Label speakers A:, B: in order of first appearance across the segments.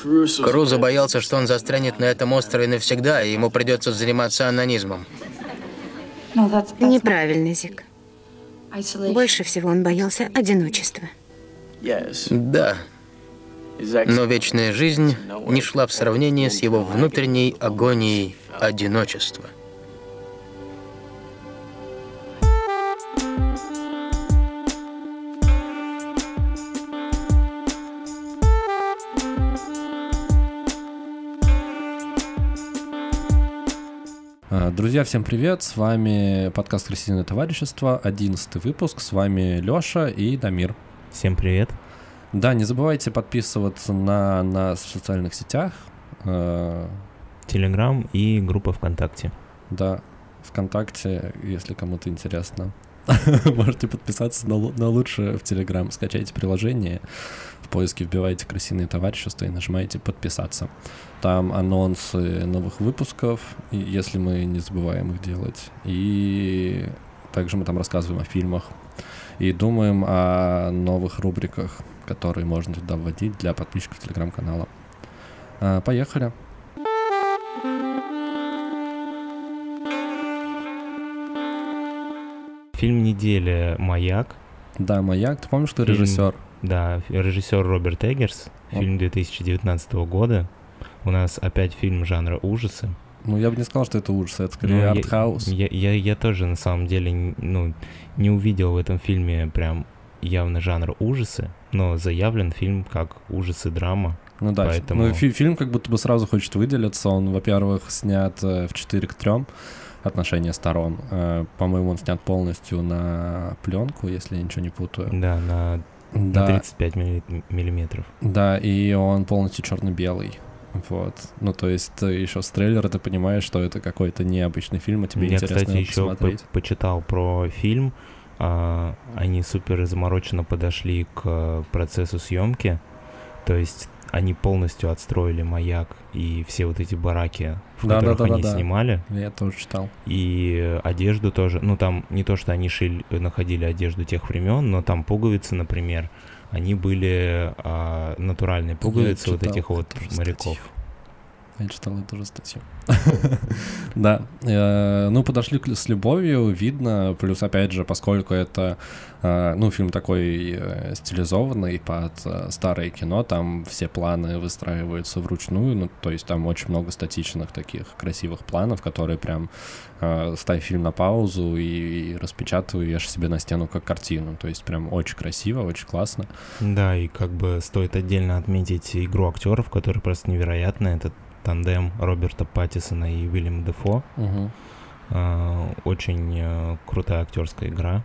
A: Крузо боялся, что он застрянет на этом острове навсегда, и ему придется заниматься онанизмом.
B: Неправильно, Зик. Больше всего он боялся одиночества.
A: Да. Но вечная жизнь не шла в сравнении с его внутренней агонией одиночества.
C: Друзья, всем привет, с вами подкаст «Крысиное товарищество», 11-й выпуск, с вами Лёша и Дамир.
D: Всем привет.
C: Да, не забывайте подписываться на нас в социальных сетях.
D: Телеграм и группа ВКонтакте.
C: Да, ВКонтакте, если кому-то интересно. Можете подписаться на лучше в Телеграм. Скачайте приложение, в поиске вбивайте «Крысиное товарищество» и нажимаете «Подписаться». Там анонсы новых выпусков, если мы не забываем их делать. И также мы там рассказываем о фильмах и думаем о новых рубриках, которые можно туда вводить для подписчиков Телеграм-канала. Поехали!
D: Фильм недели «Маяк».
C: Да, «Маяк». Ты помнишь, кто режиссер?
D: Да, режиссер Роберт Эггерс. Фильм 2019 года. У нас опять фильм жанра ужасы.
C: Ну, я бы не сказал, что это ужасы, это скорее артхаус.
D: Я тоже, на самом деле, не увидел в этом фильме прям явно жанр ужасы, но заявлен фильм как ужасы-драма.
C: Ну да,
D: поэтому...
C: фильм как будто бы сразу хочет выделиться. Он, во-первых, снят в 4:3 отношения сторон. По-моему, он снят полностью на пленку, если я ничего не путаю.
D: Да, на 35 миллиметров.
C: Да, и он полностью черно-белый. Вот. Ну, то есть еще с трейлера ты понимаешь, что это какой-то необычный фильм, и тебе интересно его посмотреть.
D: Я, кстати, еще почитал про фильм. Они супер замороченно подошли к процессу съемки. То есть они полностью отстроили «Маяк» и все вот эти бараки, в которых они снимали.
C: Я тоже читал.
D: И одежду тоже. Ну, там не то, что они находили одежду тех времен, но там пуговицы, например, они были натуральные пуговицы вот этих вот моряков.
C: Я читал эту же статью. Да. Ну, подошли с любовью, видно. Плюс, опять же, поскольку это, фильм такой стилизованный под старое кино, там все планы выстраиваются вручную. Ну, то есть там очень много статичных таких красивых планов, которые прям ставь фильм на паузу и распечатываешь себе на стену как картину. То есть прям очень красиво, очень классно.
D: Да, и как бы стоит отдельно отметить игру актеров, которая просто невероятная. Это тандем Роберта Паттинсона и Уильяма Дефо. Очень крутая актерская игра.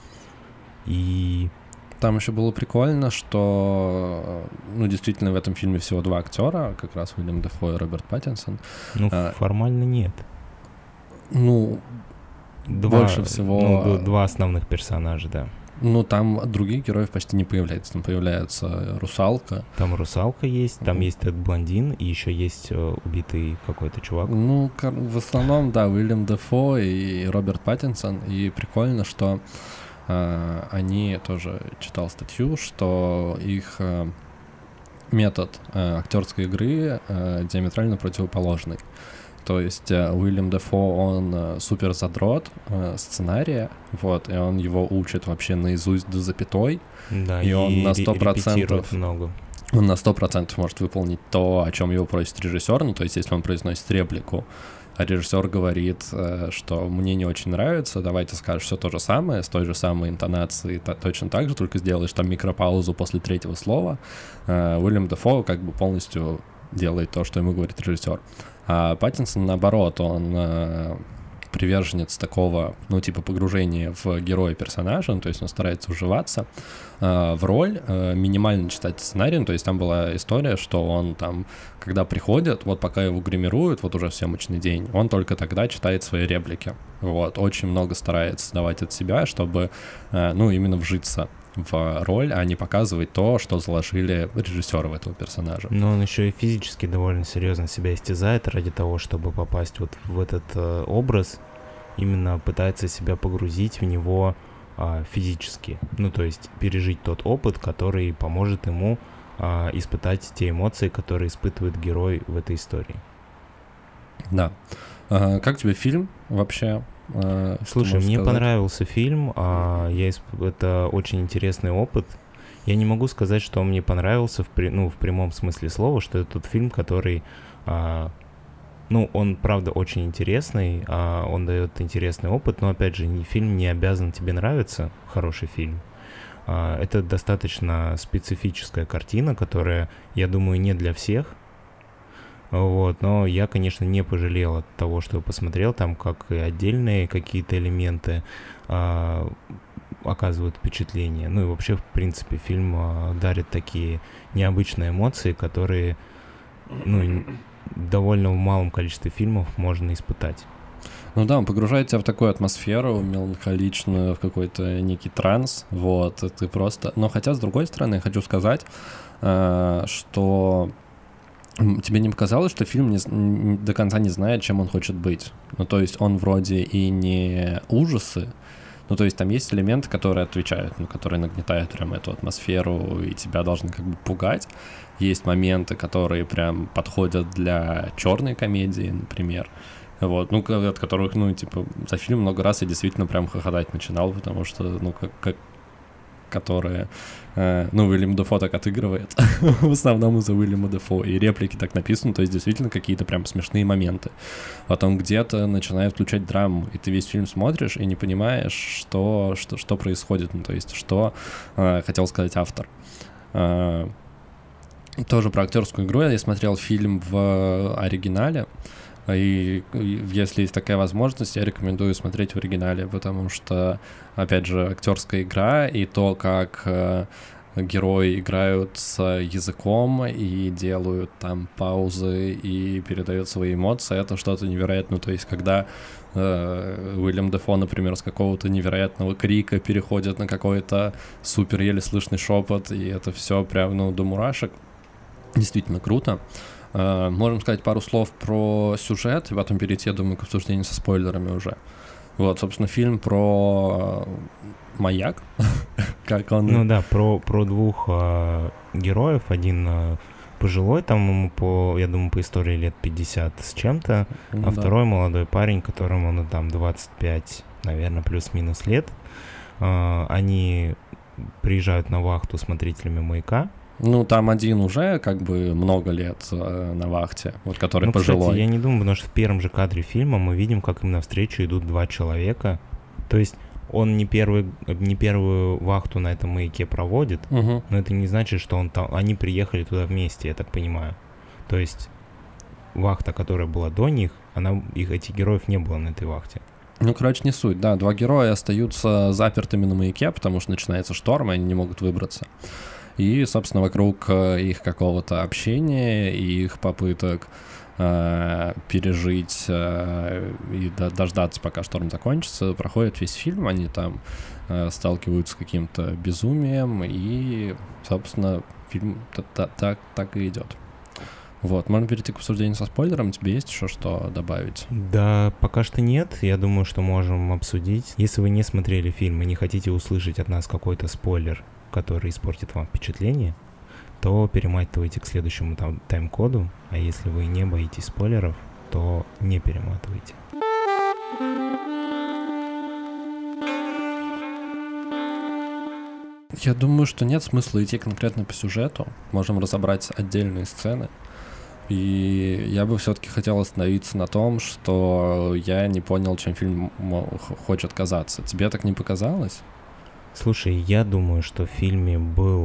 D: И
C: там еще было прикольно, что, действительно, в этом фильме всего два актера, как раз Уильям Дефо и Роберт Паттинсон.
D: Формально нет.
C: Больше всего...
D: Два основных персонажа, да.
C: Там других героев почти не появляется. Там появляется русалка.
D: Там русалка есть, там есть этот блондин, и еще есть убитый какой-то чувак.
C: В основном, да, Уильям Дефо и Роберт Паттинсон. И прикольно, что они тоже читал статью, что их метод актерской игры диаметрально противоположный. То есть Уильям Дефо, он супер задрот сценария, вот, и он его учит вообще наизусть до запятой.
D: Да,
C: и он на 100%,
D: репетирует много.
C: Он на 100% может выполнить то, о чем его просит режиссер. Ну, то есть если он произносит реплику, а режиссер говорит, что мне не очень нравится, давай ты скажешь все то же самое, с той же самой интонацией, точно так же, только сделаешь там микропаузу после третьего слова. Уильям Дефо как бы полностью делает то, что ему говорит режиссер. А Паттинсон, наоборот, он приверженец такого, погружения в героя персонажа, то есть он старается вживаться в роль, минимально читать сценарий, то есть там была история, что он там, когда приходит, вот пока его гримируют, вот уже съемочный день, он только тогда читает свои реплики, вот, очень много старается давать от себя, чтобы, именно вжиться в роль, а не показывать то, что заложили режиссеры в этого персонажа.
D: Но он еще и физически довольно серьезно себя истязает ради того, чтобы попасть вот в этот образ, именно пытается себя погрузить в него физически, то есть пережить тот опыт, который поможет ему испытать те эмоции, которые испытывает герой в этой истории.
C: Да. Как тебе фильм вообще?
D: Слушай, мне понравился фильм, это очень интересный опыт. Я не могу сказать, что он мне понравился в прямом смысле слова, что это тот фильм, который, он, правда, очень интересный, он дает интересный опыт, но, опять же, фильм не обязан тебе нравиться, хороший фильм. Это достаточно специфическая картина, которая, я думаю, не для всех. Вот, но я, конечно, не пожалел от того, что я посмотрел, там как и отдельные какие-то элементы оказывают впечатление. Ну и вообще, в принципе, фильм дарит такие необычные эмоции, которые, довольно в малом количестве фильмов можно испытать.
C: Ну да, он погружает тебя в такую атмосферу меланхоличную, в какой-то некий транс, вот, и ты просто... Но хотя, с другой стороны, я хочу сказать, что тебе не показалось, что фильм до конца не знает, чем он хочет быть? Ну, то есть он вроде и не ужасы, ну, то есть там есть элементы, которые отвечают, которые нагнетают прям эту атмосферу и тебя должны как бы пугать. Есть моменты, которые прям подходят для черной комедии, например. Вот, от которых, за фильм много раз я действительно прям хохотать начинал, потому что, которые, Уильям Дефо так отыгрывает, в основном из-за Уильяма Дефо, и реплики так написаны, то есть действительно какие-то прям смешные моменты. Потом где-то начинает включать драму, и ты весь фильм смотришь и не понимаешь, что происходит, то есть что хотел сказать автор. Тоже про актерскую игру я смотрел фильм в оригинале, и если есть такая возможность, я рекомендую смотреть в оригинале, потому что, опять же, актерская игра и то, как герои играют с языком и делают там паузы и передают свои эмоции, это что-то невероятное. То есть, когда Уильям Дефо, например, с какого-то невероятного крика переходит на какой-то супер еле слышный шепот, и это все прям, до мурашек, действительно круто. Можем сказать пару слов про сюжет, и потом перейти, я думаю, к обсуждению со спойлерами уже. Вот, собственно, фильм про маяк, как он...
D: Ну да, про двух героев. Один пожилой, там ему, я думаю, по истории лет 50 с чем-то, а второй молодой парень, которому, там 25, наверное, плюс-минус лет. Они приезжают на вахту смотрителями маяка.
C: Там один уже как бы много лет на вахте, вот который пожилой.
D: Кстати, я не думаю, потому что в первом же кадре фильма мы видим, как им навстречу идут два человека. То есть он не первую вахту на этом маяке проводит, но это не значит, что они приехали туда вместе, я так понимаю. То есть вахта, которая была до них, этих героев не было на этой вахте.
C: Не суть, да. Два героя остаются запертыми на маяке, потому что начинается шторм, и они не могут выбраться. И, собственно, вокруг их какого-то общения и их попыток пережить и дождаться, пока шторм закончится, проходит весь фильм. Они там сталкиваются с каким-то безумием, и, собственно, фильм так и идет. Вот, можно перейти к обсуждению со спойлером. Тебе есть еще что добавить?
D: Да, пока что нет. Я думаю, что можем обсудить. Если вы не смотрели фильм и не хотите услышать от нас какой-то спойлер, который испортит вам впечатление, то перематывайте к следующему тайм-коду, а если вы не боитесь спойлеров, то не перематывайте.
C: Я думаю, что нет смысла идти конкретно по сюжету. Можем разобрать отдельные сцены. И я бы все-таки хотел остановиться на том, что я не понял, чем фильм хочет казаться. Тебе так не показалось?
D: Слушай, я думаю, что в фильме был,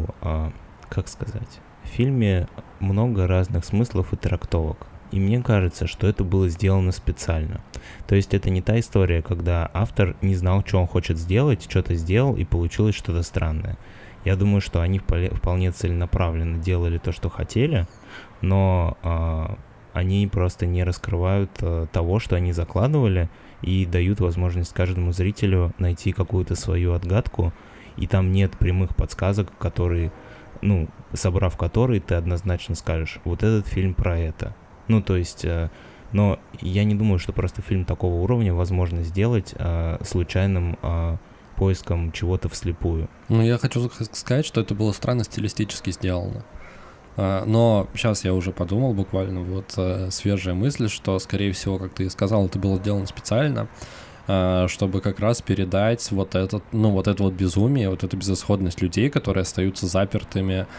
D: в фильме много разных смыслов и трактовок. И мне кажется, что это было сделано специально. То есть это не та история, когда автор не знал, что он хочет сделать, что-то сделал, и получилось что-то странное. Я думаю, что они вполне целенаправленно делали то, что хотели, но они просто не раскрывают того, что они закладывали, и дают возможность каждому зрителю найти какую-то свою отгадку, и там нет прямых подсказок, которые, собрав которые, ты однозначно скажешь, вот этот фильм про это. Но я не думаю, что просто фильм такого уровня возможно сделать случайным поиском чего-то вслепую.
C: Я хочу сказать, что это было странно стилистически сделано. Но сейчас я уже подумал, буквально вот свежая мысль, что, скорее всего, как ты и сказал, это было сделано специально, чтобы как раз передать вот это вот безумие, вот эту безысходность людей, которые остаются запертыми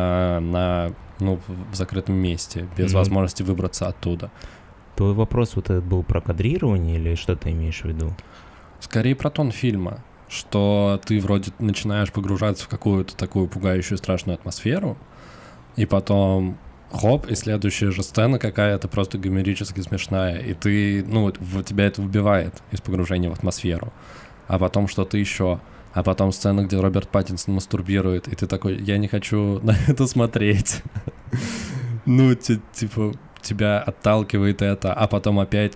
C: в закрытом месте, без возможности выбраться оттуда.
D: Твой вопрос вот этот был про кадрирование или что ты имеешь в виду?
C: Скорее про тон фильма, что ты вроде начинаешь погружаться в какую-то такую пугающую страшную атмосферу, и потом хоп, и следующая же сцена какая-то просто гомерически смешная, и ты, тебя это выбивает из погружения в атмосферу. А потом что-то еще. А потом сцена, где Роберт Паттинсон мастурбирует, и ты такой, я не хочу на это смотреть. Тебя отталкивает это, а потом опять,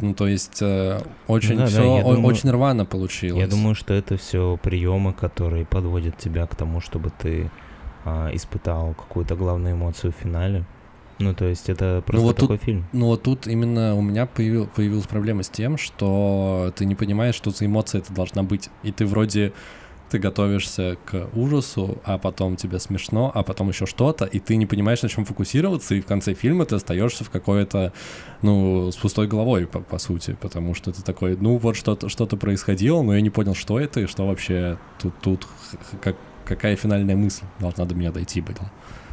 C: очень рвано получилось.
D: Я думаю, что это все приемы, которые подводят тебя к тому, чтобы ты испытал какую-то главную эмоцию в финале. То есть это просто такой фильм.
C: Тут именно у меня появилась проблема с тем, что ты не понимаешь, что за эмоция это должна быть. И ты готовишься к ужасу, а потом тебе смешно, а потом еще что-то, и ты не понимаешь, на чем фокусироваться, и в конце фильма ты остаешься в какой-то, с пустой головой, по сути, потому что ты такой, вот что-то происходило, но я не понял, что это, и что вообще тут какая финальная мысль должна до меня дойти была.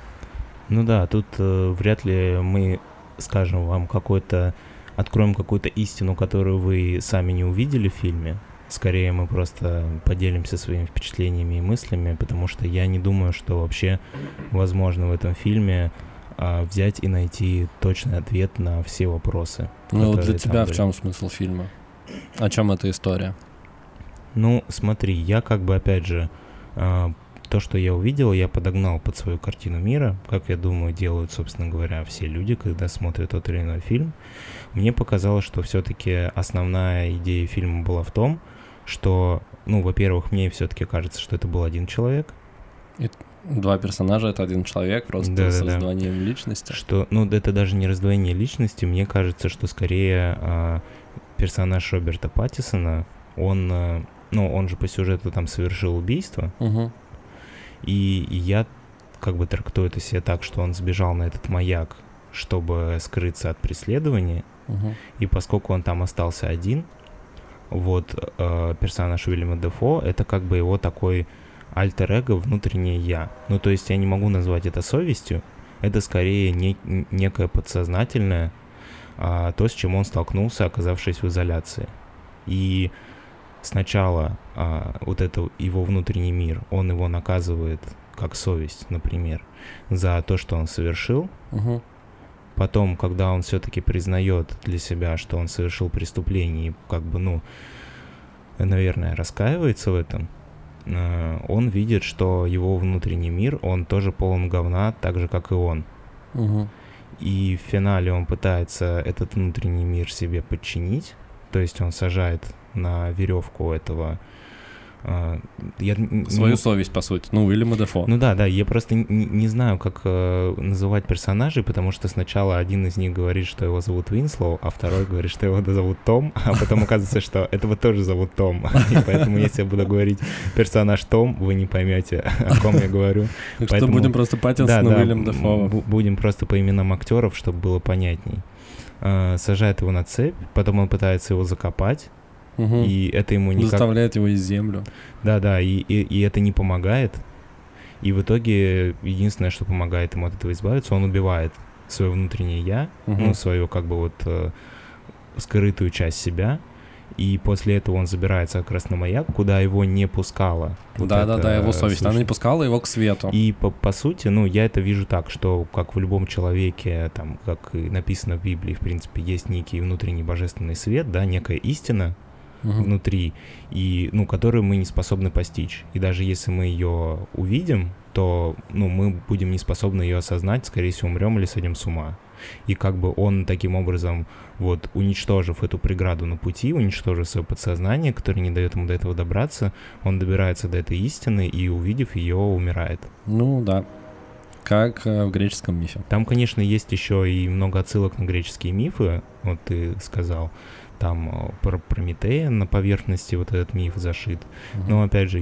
D: Тут вряд ли мы скажем вам откроем какую-то истину, которую вы сами не увидели в фильме. Скорее мы просто поделимся своими впечатлениями и мыслями, потому что я не думаю, что вообще возможно в этом фильме взять и найти точный ответ на все вопросы.
C: Для тебя в чем смысл фильма? О чем эта история?
D: Смотри, я опять же, то, что я увидел, я подогнал под свою картину мира, как я думаю, делают, собственно говоря, все люди, когда смотрят тот или иной фильм. Мне показалось, что все-таки основная идея фильма была в том, что, во-первых, мне все-таки кажется, что это был один человек.
C: И два персонажа — это один человек, просто с раздвоением личности.
D: Что, это даже не раздвоение личности, мне кажется, что скорее персонаж Роберта Паттинсона, он же по сюжету там совершил убийство, и я трактую это себе так, что он сбежал на этот маяк, чтобы скрыться от преследования, и поскольку он там остался один, персонаж Уильяма Дефо — это его такой альтер-эго, внутреннее я. То есть я не могу назвать это совестью, это скорее некое подсознательное, то, с чем он столкнулся, оказавшись в изоляции. И сначала это его внутренний мир, он его наказывает, как совесть, например, за то, что он совершил. Потом, когда он все-таки признает для себя, что он совершил преступление и наверное, раскаивается в этом, он видит, что его внутренний мир, он тоже полон говна, так же, как и он. И в финале он пытается этот внутренний мир себе подчинить, то есть он сажает на веревку этого...
C: Свою совесть, по сути, Уильяма Дефо.
D: Да, я просто не знаю, как называть персонажей, потому что сначала один из них говорит, что его зовут Уинслоу, а второй говорит, что его зовут Том, а потом оказывается, что этого тоже зовут Том. И поэтому, если я буду говорить персонаж Том, вы не поймете, о ком я говорю.
C: Так что будем просто Паттинсон и Уильям Дефо.
D: Будем просто по именам актеров, чтобы было понятней. Сажает его на цепь, потом он пытается его закопать, и это ему никак...
C: Заставляет его из землю.
D: Да, и это не помогает. И в итоге единственное, что помогает ему от этого избавиться, он убивает свое внутреннее «я», свою скрытую часть себя. И после этого он забирается как раз на маяк, куда его не пускала.
C: Да, его совесть. Она не пускала его к свету.
D: И по сути, я это вижу так, что как в любом человеке, там, как и написано в Библии, в принципе, есть некий внутренний божественный свет, да, некая истина внутри, и, которую мы не способны постичь. И даже если мы ее увидим, то, мы будем не способны ее осознать, скорее всего, умрем или сойдем с ума. И он таким образом, уничтожив эту преграду на пути, уничтожив свое подсознание, которое не дает ему до этого добраться, он добирается до этой истины и, увидев ее, умирает.
C: Да. Как в греческом мифе.
D: Там, конечно, есть еще и много отсылок на греческие мифы, ты сказал. Там про Прометея на поверхности этот миф зашит. Но, опять же, я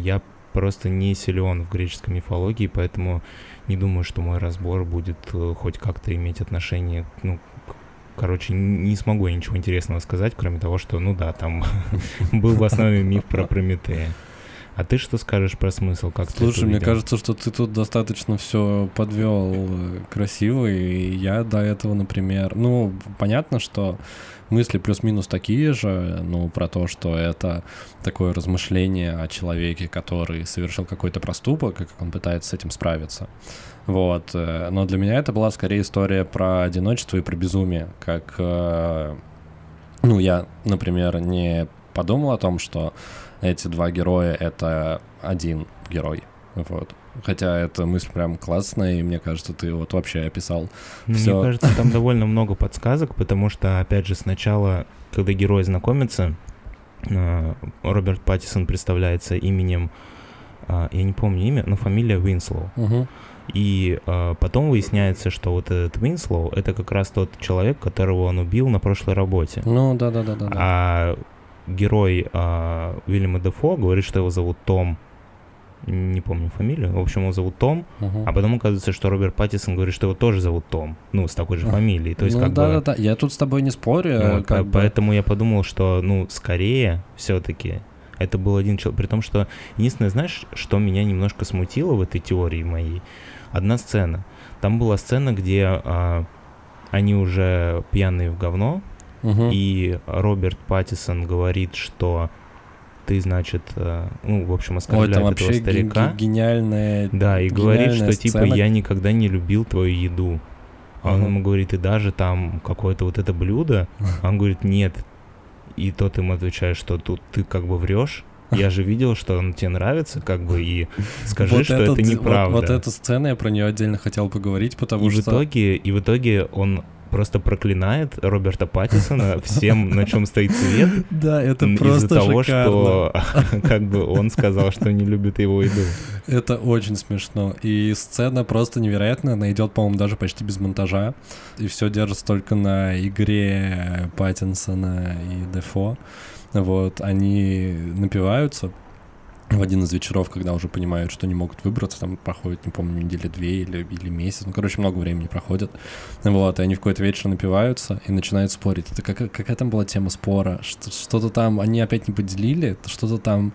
D: просто не силен в греческой мифологии, поэтому не думаю, что мой разбор будет хоть как-то иметь отношение, короче, не смогу я ничего интересного сказать, кроме того, что, там был в основе миф про Прометея. А ты что скажешь про смысл? Как
C: Слушай, мне кажется, что ты тут достаточно все подвел красиво, и я до этого, например... понятно, что мысли плюс-минус такие же, про то, что это такое размышление о человеке, который совершил какой-то проступок, и как он пытается с этим справиться. Вот. Но для меня это была скорее история про одиночество и про безумие. Как, я, например, не подумал о том, что эти два героя — это один герой. Вот. Хотя эта мысль прям классная, и мне кажется, ты вот вообще описал всё.
D: Мне кажется, там довольно много подсказок, потому что, опять же, сначала, когда герои знакомятся, Роберт Паттинсон представляется именем, я не помню имя, но фамилия Уинслоу.
C: Угу.
D: И потом выясняется, что вот этот Уинслоу — это как раз тот человек, которого он убил на прошлой работе.
C: Да.
D: А герой Уильяма Дефо говорит, что его зовут Том. Не помню фамилию. В общем, его зовут Том. А потом оказывается, что Роберт Паттинсон говорит, что его тоже зовут Том. С такой же фамилией. То есть,
C: да. Я тут с тобой не спорю.
D: Поэтому я подумал, что, скорее все-таки это был один человек. При том, что единственное, знаешь, что меня немножко смутило в этой теории моей? Одна сцена. Там была сцена, где они уже пьяные в говно, и Роберт Паттинсон говорит, что ты, значит, в общем, оскорбляет этого старика.
C: Гениальная.
D: Да, и говорит, что
C: сцена.
D: типа я никогда не любил твою еду. А он ему говорит, и даже там какое-то вот это блюдо. А он говорит, нет. И тот ему отвечает, что тут ты как бы врешь. Я же видел, что он тебе нравится, как бы, и скажи, вот что это неправда.
C: Вот эта сцена, я про нее отдельно хотел поговорить, потому что...
D: И в итоге он просто проклинает Роберта Паттинсона всем, на чем стоит свет.
C: Да, это просто
D: из-за того,
C: шикарно.
D: Что как бы он сказал, что не любит его еду.
C: Это очень смешно. И сцена просто невероятная. Она идет, по-моему, даже почти без монтажа. И все держится только на игре Паттинсона и Дефо. Вот, они напиваются в один из вечеров, когда уже понимают, что не могут выбраться, там проходит, не помню, недели 2 или месяц, много времени проходит, вот, и они в какой-то вечер напиваются и начинают спорить. Это какая там была тема спора? Что-то там они опять не поделили, что-то там,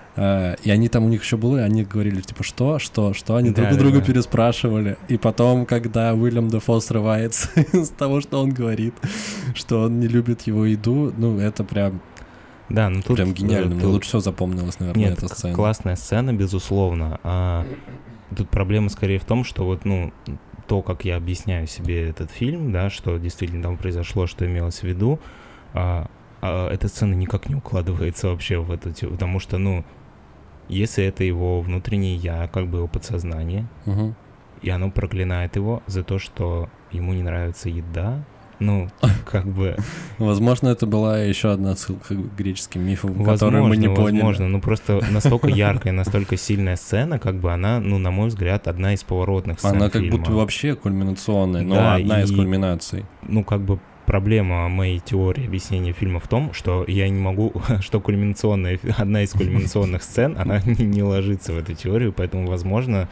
C: и они там, у них еще было, они говорили, типа, что, они друг у друга переспрашивали, и потом, когда Уильям Дефо срывается из того, что он говорит, что он не любит его еду, это прям...
D: Да, тут
C: прям гениально. Мне лучше всего запомнилась, наверное, эта сцена.
D: Классная сцена, безусловно. А тут проблема скорее в том, что вот, то, как я объясняю себе этот фильм, да, что действительно там произошло, что имелось в виду, эта сцена никак не укладывается вообще в эту, потому что, если это его внутреннее я, как бы его подсознание, и оно проклинает его за то, что ему не нравится еда, как бы...
C: Возможно, это была еще одна отсылка к греческим мифам, которую мы не поняли.
D: Возможно, просто настолько яркая, настолько сильная сцена, как бы она, на мой взгляд, одна из поворотных сцен
C: Она
D: фильма.
C: как будто вообще кульминационная,
D: да,
C: одна из кульминаций.
D: Как бы проблема моей теории объяснения фильма в том, что я не могу, что одна из кульминационных сцен, она не ложится в эту теорию, поэтому, возможно,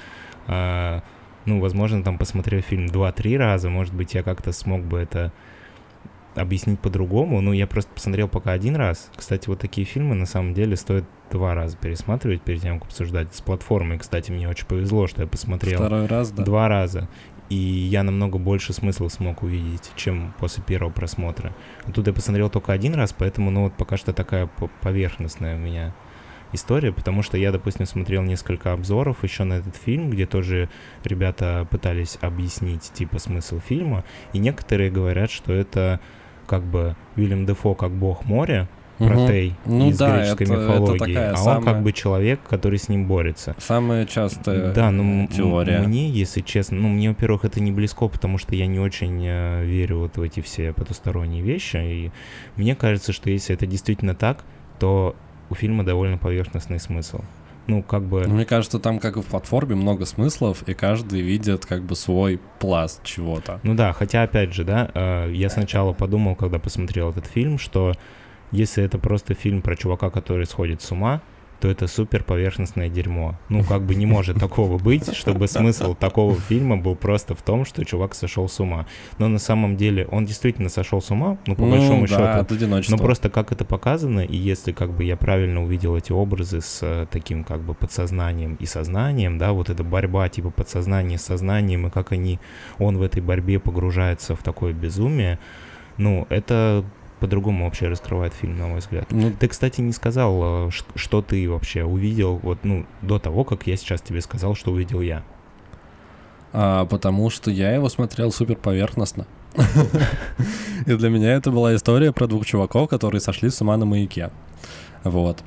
D: там, посмотрев фильм 2-3 раза, может быть, я как-то смог бы это объяснить по-другому. Я просто посмотрел пока один раз. Кстати, вот такие фильмы, на самом деле, стоит 2 раза пересматривать перед тем, как обсуждать. С платформой, кстати, мне очень повезло, что я посмотрел
C: 2 раза, да?
D: 2 раза. И я намного больше смыслов смог увидеть, чем после первого просмотра. Тут я посмотрел только 1 раз, поэтому, пока что такая поверхностная у меня история, потому что я, допустим, смотрел несколько обзоров еще на этот фильм, где тоже ребята пытались объяснить, смысл фильма, и некоторые говорят, что это как бы Уильям Дефо как бог моря, Протей из греческой мифологии, он как бы человек, который с ним борется.
C: Самая частая теория.
D: Мне, если честно, мне, во-первых, это не близко, потому что я не очень верю вот в эти все потусторонние вещи, и мне кажется, что если это действительно так, то у фильма довольно поверхностный смысл.
C: Мне кажется, там, как и в платформе, много смыслов, и каждый видит как бы свой пласт чего-то.
D: Хотя, опять же, я сначала подумал, когда посмотрел этот фильм, что если это просто фильм про чувака, который сходит с ума, то это супер поверхностное дерьмо. Ну, как бы не может такого быть, чтобы смысл такого фильма был просто в том, что чувак сошел с ума. Но на самом деле он действительно сошел с ума, ну, по большому счету.
C: От одиночества.
D: Но просто как это показано, и если как бы я правильно увидел эти образы с таким как бы подсознанием и сознанием, да, вот эта борьба типа подсознания с сознанием, и как он в этой борьбе погружается в такое безумие, ну, это по-другому вообще раскрывает фильм, на мой взгляд. Ты, кстати, не сказал, что ты вообще увидел, вот, ну, до того, как я сейчас тебе сказал, что увидел я.
C: Потому что я его смотрел супер поверхностно. И для меня это была история про двух чуваков, которые сошли с ума на маяке. Вот.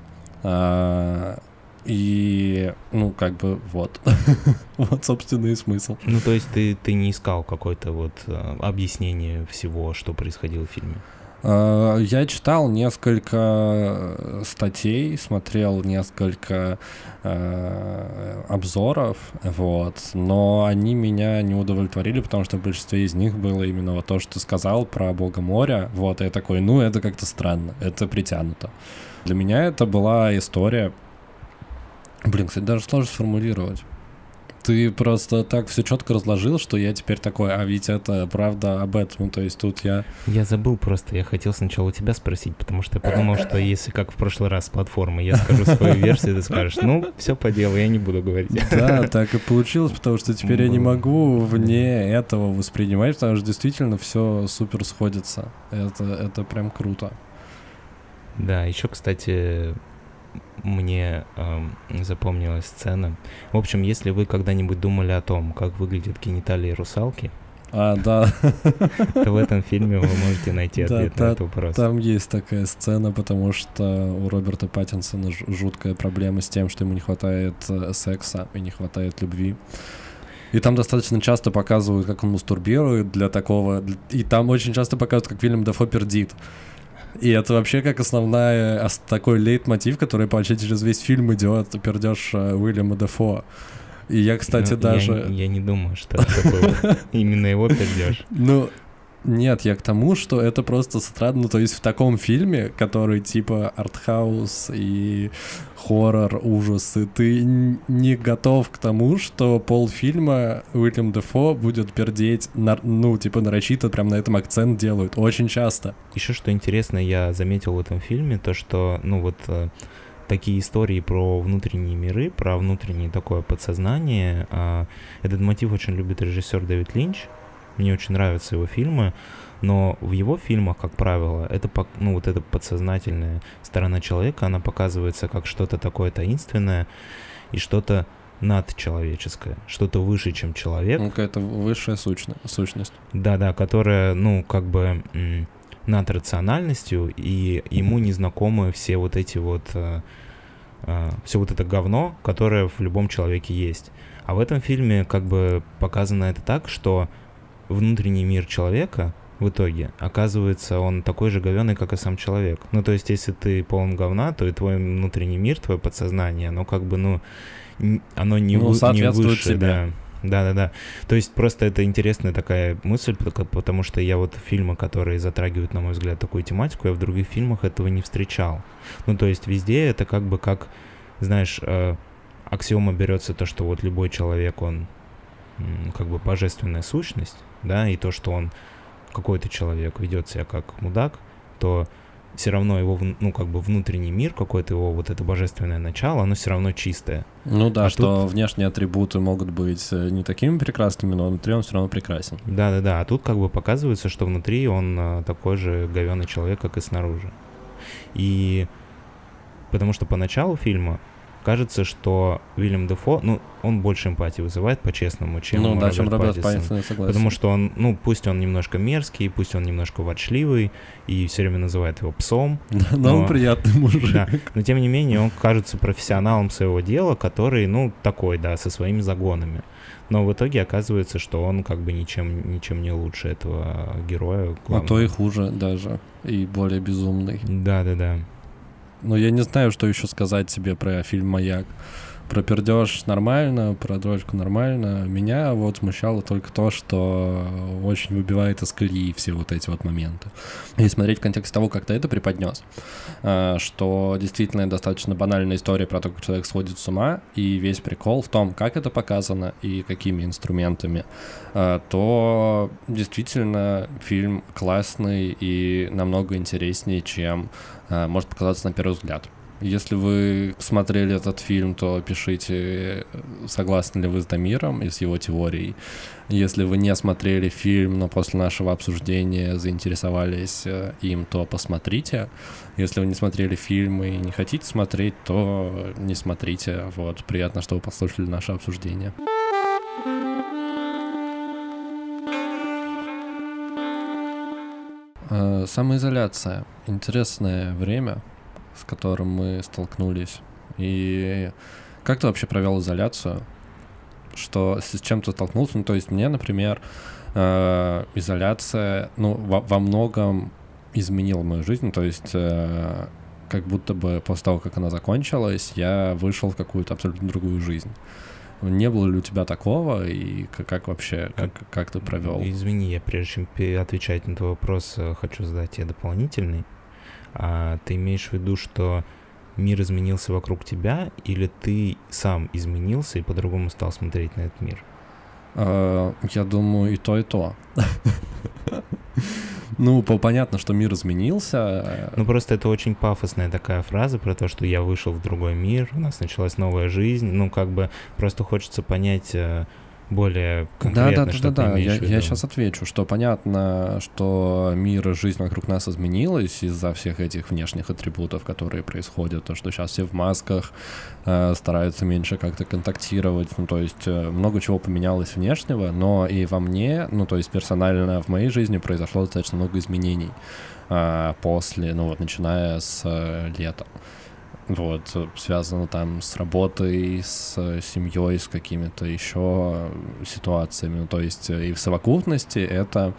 C: И, ну, как бы, вот. Вот, собственно, и смысл.
D: Ну, то есть ты не искал какое-то вот объяснение всего, что происходило в фильме?
C: Я читал несколько статей, смотрел несколько обзоров, вот, но они меня не удовлетворили, потому что в большинстве из них было именно вот то, что ты сказал про бога моря, вот, и я такой, ну, это как-то странно, это притянуто. Для меня это была история, кстати, даже сложно сформулировать. Ты просто так все четко разложил, что я теперь такой, а ведь это правда об этом, то есть тут я...
D: Я забыл просто, я хотел сначала у тебя спросить, потому что я подумал, что если как в прошлый раз с платформы я скажу свою версию, ты скажешь, ну, все по делу, я не буду говорить.
C: Да, так и получилось, потому что теперь я не могу вне этого воспринимать, потому что действительно все супер сходится, это прям круто.
D: Да, еще, кстати... Мне запомнилась сцена. В общем, если вы когда-нибудь думали о том, как выглядят гениталии русалки,
C: да,
D: то в этом фильме вы можете найти ответ на этот вопрос.
C: Там есть такая сцена, потому что у Роберта Паттинсона жуткая проблема с тем, что ему не хватает секса и не хватает любви. И там достаточно часто показывают, как он мастурбирует для такого... И там очень часто показывают, как Вильям Дефо пердит. И это вообще как такой лейтмотив, который почти через весь фильм идет, пердеж Уильяма Дефо. И я, кстати, даже...
D: Я не думаю, что это был именно его пердеж.
C: Ну, нет, я к тому, что это просто странно. Ну, то есть в таком фильме, который типа артхаус и хоррор, ужасы, ты не готов к тому, что полфильма Уильям Дефо будет пердеть, нарочито прям на этом акцент делают, очень часто.
D: Еще что интересно, я заметил в этом фильме, то что, такие истории про внутренние миры, про внутреннее такое подсознание, этот мотив очень любит режиссер Дэвид Линч. Мне очень нравятся его фильмы, но в его фильмах, как правило, это, эта подсознательная сторона человека, она показывается как что-то такое таинственное и что-то надчеловеческое, что-то выше, чем человек.
C: Какая-то высшая сущность.
D: Да-да, которая, над рациональностью, и ему незнакомы все вот эти все вот это говно, которое в любом человеке есть. А в этом фильме как бы показано это так, что внутренний мир человека в итоге оказывается он такой же говёный, как и сам человек. Ну, то есть, если ты полон говна, то и твой внутренний мир, твое подсознание, оно как бы, оно не выше,
C: тебе.
D: Да. То есть просто это интересная такая мысль, потому что я вот фильмы, которые затрагивают, на мой взгляд, такую тематику, я в других фильмах этого не встречал. Ну, то есть везде это как бы знаешь, аксиома берется то, что вот любой человек, он как бы божественная сущность, да, и то, что он какой-то человек ведет себя как мудак, то все равно его, внутренний мир, какое-то его вот это божественное начало, оно все равно чистое.
C: Ну да, что тут... внешние атрибуты могут быть не такими прекрасными, но внутри он все равно прекрасен.
D: Да, а тут как бы показывается, что внутри он такой же говёный человек, как и снаружи. И потому что по началу фильма кажется, что Уильям Дефо, он больше эмпатии вызывает, по-честному, чем Роберт Паттинсон. Потому что он, пусть он немножко мерзкий, пусть он немножко ворчливый, и все время называет его псом.
C: Но он приятный мужик.
D: Да, но тем не менее, он кажется профессионалом своего дела, который, такой, да, со своими загонами. Но в итоге оказывается, что он как бы ничем не лучше этого героя главного.
C: А то и хуже даже, и более безумный.
D: Да.
C: Но я не знаю, что еще сказать тебе про фильм «Маяк». Про пердеж нормально, про дрочку нормально. Меня вот смущало только то, что очень выбивает из колеи все вот эти вот моменты. И смотреть в контексте того, как ты это преподнес, что действительно достаточно банальная история про то, как человек сходит с ума, и весь прикол в том, как это показано и какими инструментами, то действительно фильм классный и намного интереснее, чем может показаться на первый взгляд. Если вы смотрели этот фильм, то пишите, согласны ли вы с Дамиром и с его теорией. Если вы не смотрели фильм, но после нашего обсуждения заинтересовались им, то посмотрите. Если вы не смотрели фильм и не хотите смотреть, то не смотрите. Вот, приятно, что вы послушали наше обсуждение. Самоизоляция. Интересное время, с которым мы столкнулись. И как ты вообще провел изоляцию? Что, с чем ты столкнулся? Ну, то есть мне, например, изоляция, во многом изменила мою жизнь. То есть как будто бы после того, как она закончилась, я вышел в какую-то абсолютно другую жизнь. Не было ли у тебя такого? И как вообще, как ты провел?
D: Извини, я прежде чем отвечать на твой вопрос, хочу задать тебе дополнительный. Ты имеешь в виду, что мир изменился вокруг тебя, или ты сам изменился и по-другому стал смотреть на этот мир?
C: Я думаю, и то, и то. Понятно, что мир изменился.
D: Просто это очень пафосная такая фраза про то, что я вышел в другой мир, у нас началась новая жизнь. Просто хочется понять более конкретно, что ты имеешь в виду.
C: Я сейчас отвечу, что понятно, что мир и жизнь вокруг нас изменилась из-за всех этих внешних атрибутов, которые происходят, то, что сейчас все в масках, стараются меньше как-то контактировать, то есть много чего поменялось внешнего, но и во мне, то есть персонально в моей жизни произошло достаточно много изменений после, начиная с лета. Связано там с работой, с семьей, с какими-то еще ситуациями. То есть и в совокупности это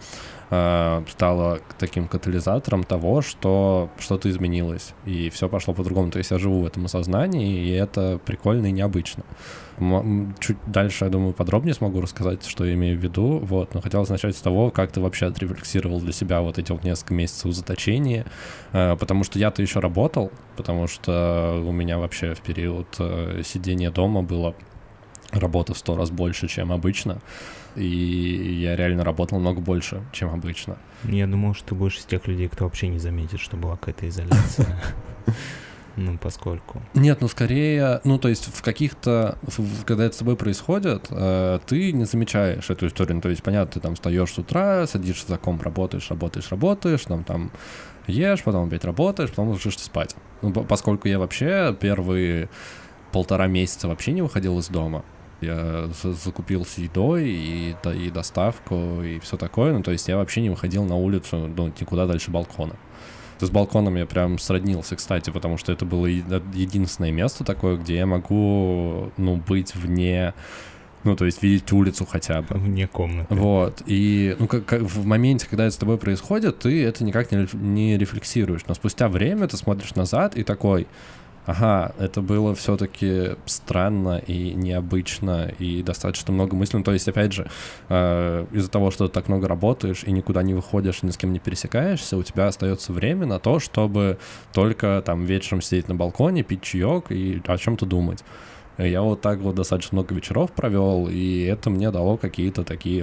C: стало таким катализатором того, что что-то изменилось, и все пошло по-другому. То есть я живу в этом осознании, и это прикольно и необычно. Чуть дальше, я думаю, подробнее смогу рассказать, что я имею в виду, но хотелось начать с того, как ты вообще отрефлексировал для себя эти несколько месяцев заточения, потому что я-то еще работал, потому что у меня вообще в период сидения дома было работы в 100 раз больше, чем обычно, и я реально работал много больше, чем обычно.
D: Я думал, что ты будешь из тех людей, кто вообще не заметит, что была какая-то изоляция. Поскольку...
C: Нет, скорее, то есть в каких-то... Когда это с тобой происходит, ты не замечаешь эту историю. То есть, понятно, ты там встаешь с утра, садишься за комп, работаешь, там ешь, потом опять работаешь, потом ложишься спать. Поскольку я вообще первые 1,5 месяца вообще не выходил из дома. Я закупился едой и доставку, и все такое. То есть я вообще не выходил на улицу, никуда дальше балкона. С балконом я прям сроднился, кстати, потому что это было единственное место такое, где я могу, быть вне, то есть видеть улицу хотя бы.
D: Вне комнаты.
C: И, как в моменте, когда это с тобой происходит, ты это никак не рефлексируешь. Но спустя время ты смотришь назад и такой... Ага, это было все-таки странно и необычно, и достаточно много мыслей. То есть, опять же, из-за того, что ты так много работаешь и никуда не выходишь, ни с кем не пересекаешься, у тебя остается время на то, чтобы только там вечером сидеть на балконе, пить чаек и о чем-то думать. Я так достаточно много вечеров провел, и это мне дало какие-то такие...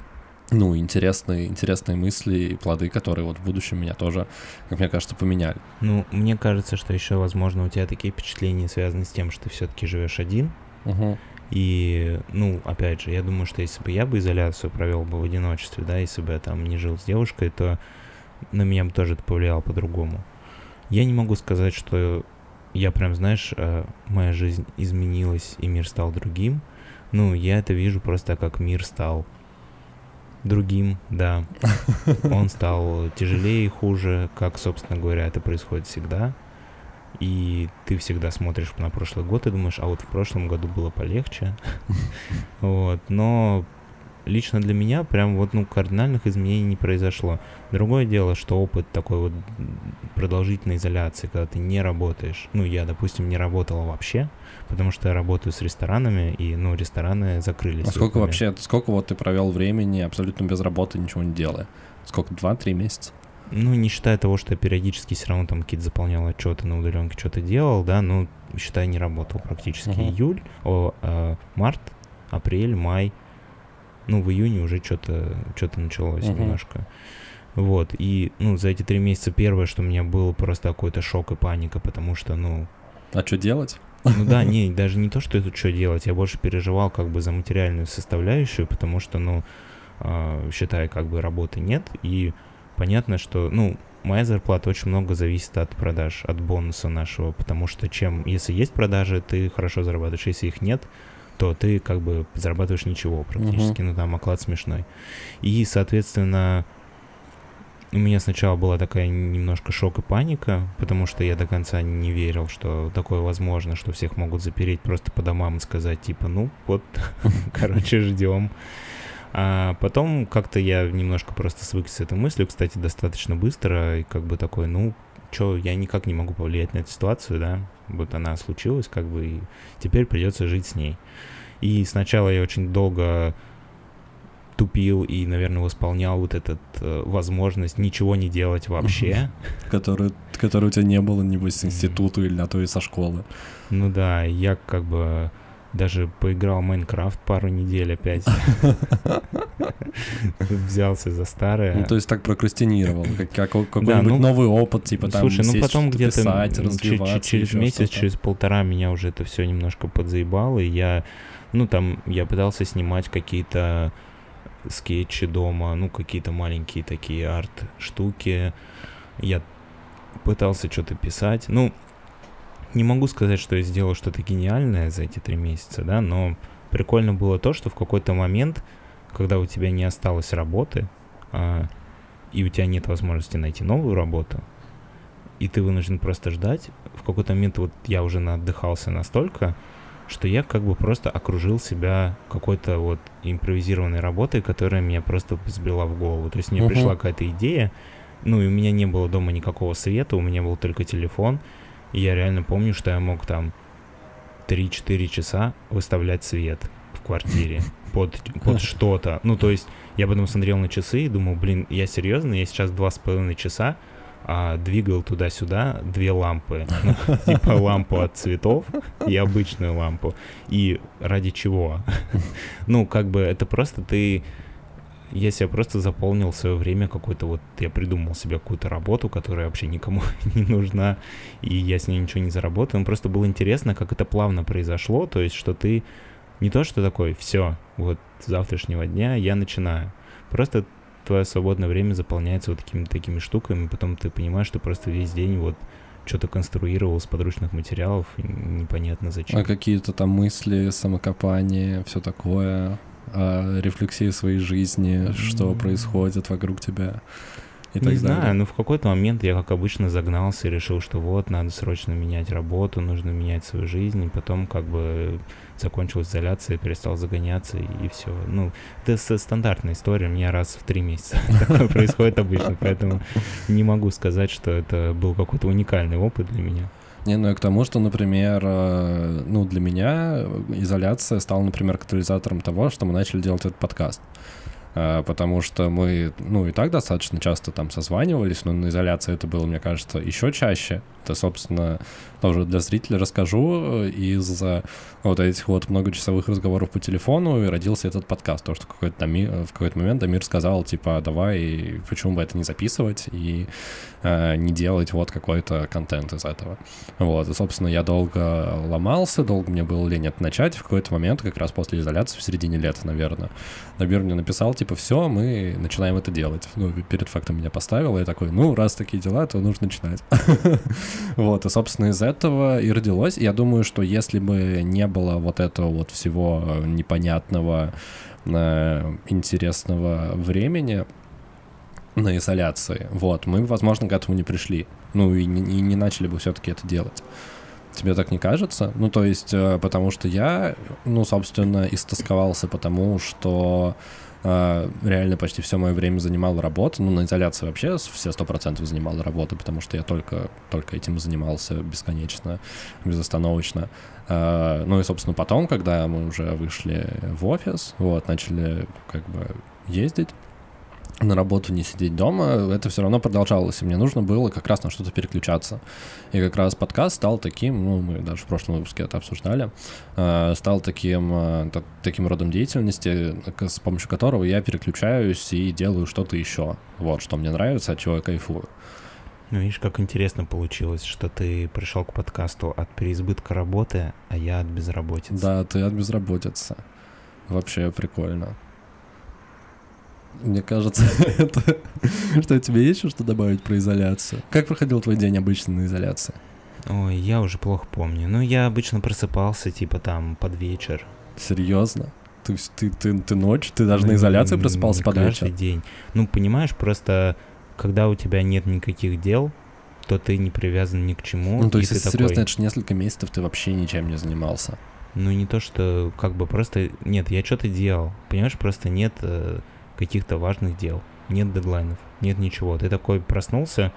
C: интересные мысли и плоды, которые в будущем меня тоже, как мне кажется, поменяли.
D: Мне кажется, что еще, возможно, у тебя такие впечатления связаны с тем, что ты все-таки живешь один.
C: Угу.
D: И, опять же, я думаю, что если бы я изоляцию провел бы в одиночестве, да, если бы я там не жил с девушкой, то на меня бы тоже это повлияло по-другому. Я не могу сказать, что я прям, моя жизнь изменилась и мир стал другим. Я это вижу просто как мир стал другим, да. Он стал тяжелее и хуже, как, собственно говоря, это происходит всегда. И ты всегда смотришь на прошлый год и думаешь, а в прошлом году было полегче. Но лично для меня прям вот, кардинальных изменений не произошло. Другое дело, что опыт такой вот продолжительной изоляции, когда ты не работаешь. Я, допустим, не работал вообще, потому что я работаю с ресторанами, и, рестораны закрылись.
C: А сколько вот ты провел времени абсолютно без работы, ничего не делая? Сколько, 2-3 месяца?
D: Не считая того, что я периодически все равно там какие-то заполнял отчеты на удаленке, что-то делал, да, считай, не работал практически. Март, апрель, май. В июне уже что-то началось немножко. Вот, и, за эти 3 месяца первое, что у меня было просто какой-то шок и паника, потому что,
C: А что делать?
D: Да, даже не то, что это что делать, я больше переживал как бы за материальную составляющую, потому что, считай, как бы работы нет, и понятно, что, моя зарплата очень много зависит от продаж, от бонуса нашего, потому что если есть продажи, ты хорошо зарабатываешь, если их нет, то ты как бы зарабатываешь ничего практически, там оклад смешной. И, соответственно, у меня сначала была такая немножко шок и паника, потому что я до конца не верил, что такое возможно, что всех могут запереть просто по домам и сказать, типа, короче, ждем. А потом как-то я немножко просто свыкся с этой мыслью, кстати, достаточно быстро, и как бы такой, я никак не могу повлиять на эту ситуацию, да, вот она случилась, как бы, и теперь придется жить с ней. И сначала я очень долго тупил и, наверное, восполнял вот эту возможность ничего не делать вообще.
C: Которой у тебя не было, небось, с института или на то и со школы.
D: Да, я как бы даже поиграл в Майнкрафт пару недель опять. Взялся за старое.
C: То есть так прокрастинировал, какой-нибудь новый опыт, типа там
D: слушай, потом где-то
C: писать, развиваться.
D: Через месяц, через полтора меня уже это все немножко подзаебало, и я пытался снимать какие-то скетчи дома, какие-то маленькие такие арт-штуки. Я пытался что-то писать. Не могу сказать, что я сделал что-то гениальное за эти 3 месяца, да, но прикольно было то, что в какой-то момент, когда у тебя не осталось работы, и у тебя нет возможности найти новую работу, и ты вынужден просто ждать, в какой-то момент вот я уже наотдыхался настолько, что я как бы просто окружил себя какой-то вот импровизированной работой, которая меня просто взбрела в голову. То есть мне пришла какая-то идея, и у меня не было дома никакого света, у меня был только телефон, и я реально помню, что я мог там 3-4 часа выставлять свет в квартире под что-то. То есть я потом смотрел на часы и думал, я серьезно, я сейчас 2,5 часа двигал туда-сюда 2 лампы. Типа лампу от цветов и обычную лампу. И ради чего? Как бы это просто я себя просто заполнил в свое время какой-то я придумал себе какую-то работу, которая вообще никому не нужна, и я с ней ничего не заработал. Просто было интересно, как это плавно произошло, то есть, что ты не то, что такой, все, вот с завтрашнего дня я начинаю. Просто твое свободное время заполняется вот такими штуками, потом ты понимаешь, что просто весь день что-то конструировал с подручных материалов, непонятно зачем.
C: А какие-то там мысли, самокопание, все такое, рефлексии своей жизни, что происходит вокруг тебя и так далее.
D: Не знаю, в какой-то момент я, как обычно, загнался и решил, что надо срочно менять работу, нужно менять свою жизнь, и потом как бы закончилась изоляция, перестал загоняться, и все. Это стандартная история, у меня раз в 3 месяца такое происходит обычно, поэтому не могу сказать, что это был какой-то уникальный опыт для меня.
C: И к тому, что, например, для меня изоляция стала, например, катализатором того, что мы начали делать этот подкаст. Потому что мы, и так достаточно часто там созванивались, но на изоляции это было, мне кажется, еще чаще. Это, собственно, тоже для зрителей расскажу. Из вот этих многочасовых разговоров по телефону и родился этот подкаст. То, что в какой-то момент Дамир сказал, типа, давай, почему бы это не записывать и не делать какой-то контент из этого. И, собственно, я долго ломался, долго мне было лень это начать. В какой-то момент, как раз после изоляции, в середине лета, наверное, Дамир мне написал, типа, все, мы начинаем это делать. Перед фактом меня поставил, и я такой, раз такие дела, то нужно начинать. И, собственно, из этого и родилось. Я думаю, что если бы не было этого всего непонятного, интересного времени на изоляции, мы, возможно, к этому не пришли. И не начали бы все-таки это делать. Тебе так не кажется? Потому что я, собственно, истосковался потому, что реально почти все мое время занимала работа. Ну, на изоляции вообще все 100% занимала работа, потому что я только этим занимался бесконечно, безостановочно. Ну и, собственно, потом, когда мы уже вышли в офис, вот, начали как бы ездить на работу, не сидеть дома, это все равно продолжалось, и мне нужно было как раз на что-то переключаться. И как раз подкаст стал таким, ну, мы даже в прошлом выпуске это обсуждали, стал таким родом деятельности, с помощью которого я переключаюсь и делаю что-то еще. Вот, что мне нравится, от чего я кайфую.
D: Ну, видишь, как интересно получилось, что ты пришел к подкасту от переизбытка работы, а я от безработицы.
C: Да, ты от безработицы. Вообще прикольно. Мне кажется, что тебе есть что добавить про изоляцию? Как проходил твой день обычно на изоляции?
D: Ой, я уже плохо помню. Ну, я обычно просыпался, типа, там, под вечер.
C: Серьезно? Ты ночь? Ты даже на изоляции просыпался под вечер?
D: Каждый день. Ну, понимаешь, просто, когда у тебя нет никаких дел, то ты не привязан ни к чему.
C: Ну, то есть, если серьезно, это же несколько месяцев ты вообще ничем не занимался.
D: Ну, не то, что, как бы, просто... Нет, я что-то делал. Понимаешь, просто нет... каких-то важных дел, нет дедлайнов, нет ничего. Ты такой проснулся,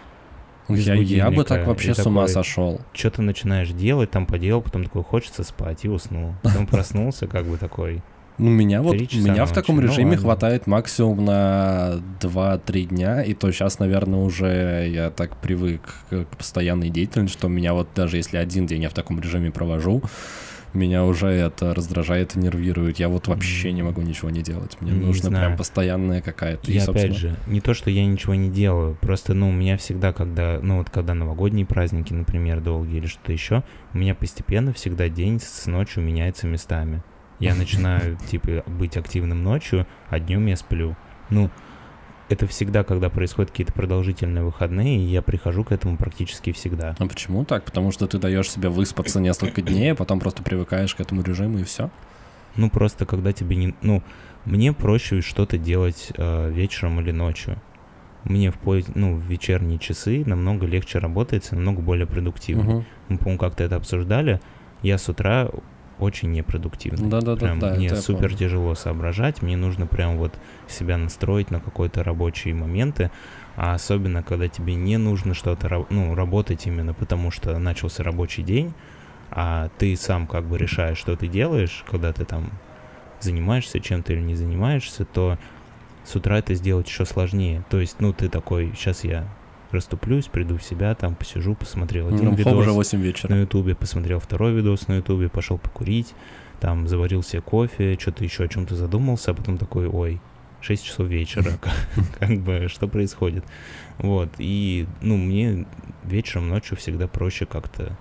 C: я бы так вообще с ума сошел.
D: Что ты начинаешь делать, там поделал, потом такой хочется спать и уснул. Потом проснулся, как бы такой.
C: Ну, меня в таком режиме хватает максимум на 2-3 дня, и то сейчас, наверное, уже я так привык к постоянной деятельности, что меня вот даже если один день я в таком режиме провожу, меня уже это раздражает и нервирует. Я вот вообще не могу ничего не делать. Мне нужна прям постоянная какая-то.
D: И опять же, не то, что я ничего не делаю, просто, ну, у меня всегда, когда новогодние праздники, например, долгие или что-то еще, у меня постепенно всегда день с ночью меняется местами. Я начинаю, типа, быть активным ночью, а днем я сплю. Ну, это всегда, когда происходят какие-то продолжительные выходные, и я прихожу к этому практически всегда.
C: А почему так? Потому что ты даешь себе выспаться несколько дней, а потом просто привыкаешь к этому режиму и все?
D: Ну, просто когда тебе не... Ну, мне проще что-то делать вечером или ночью. Мне в вечерние часы намного легче работается, намного более продуктивно. Мы, по-моему, как-то это обсуждали. Я с утра очень непродуктивный.
C: Да.
D: Мне супер тяжело соображать, мне нужно прям вот себя настроить на какие-то рабочие моменты, а особенно, когда тебе не нужно что-то, работать именно потому, что начался рабочий день, а ты сам как бы решаешь, что ты делаешь, когда ты там занимаешься чем-то или не занимаешься, то с утра это сделать еще сложнее. То есть, ты такой, сейчас я расступлюсь, приду в себя, там посижу, посмотрел один видос
C: уже 8 вечера.
D: на ютубе, посмотрел второй видос на ютубе, пошел покурить, там заварил себе кофе, что-то еще о чем-то задумался, а потом такой, ой, 6 часов вечера, как бы, что происходит? Вот, и, мне вечером, ночью всегда проще как-то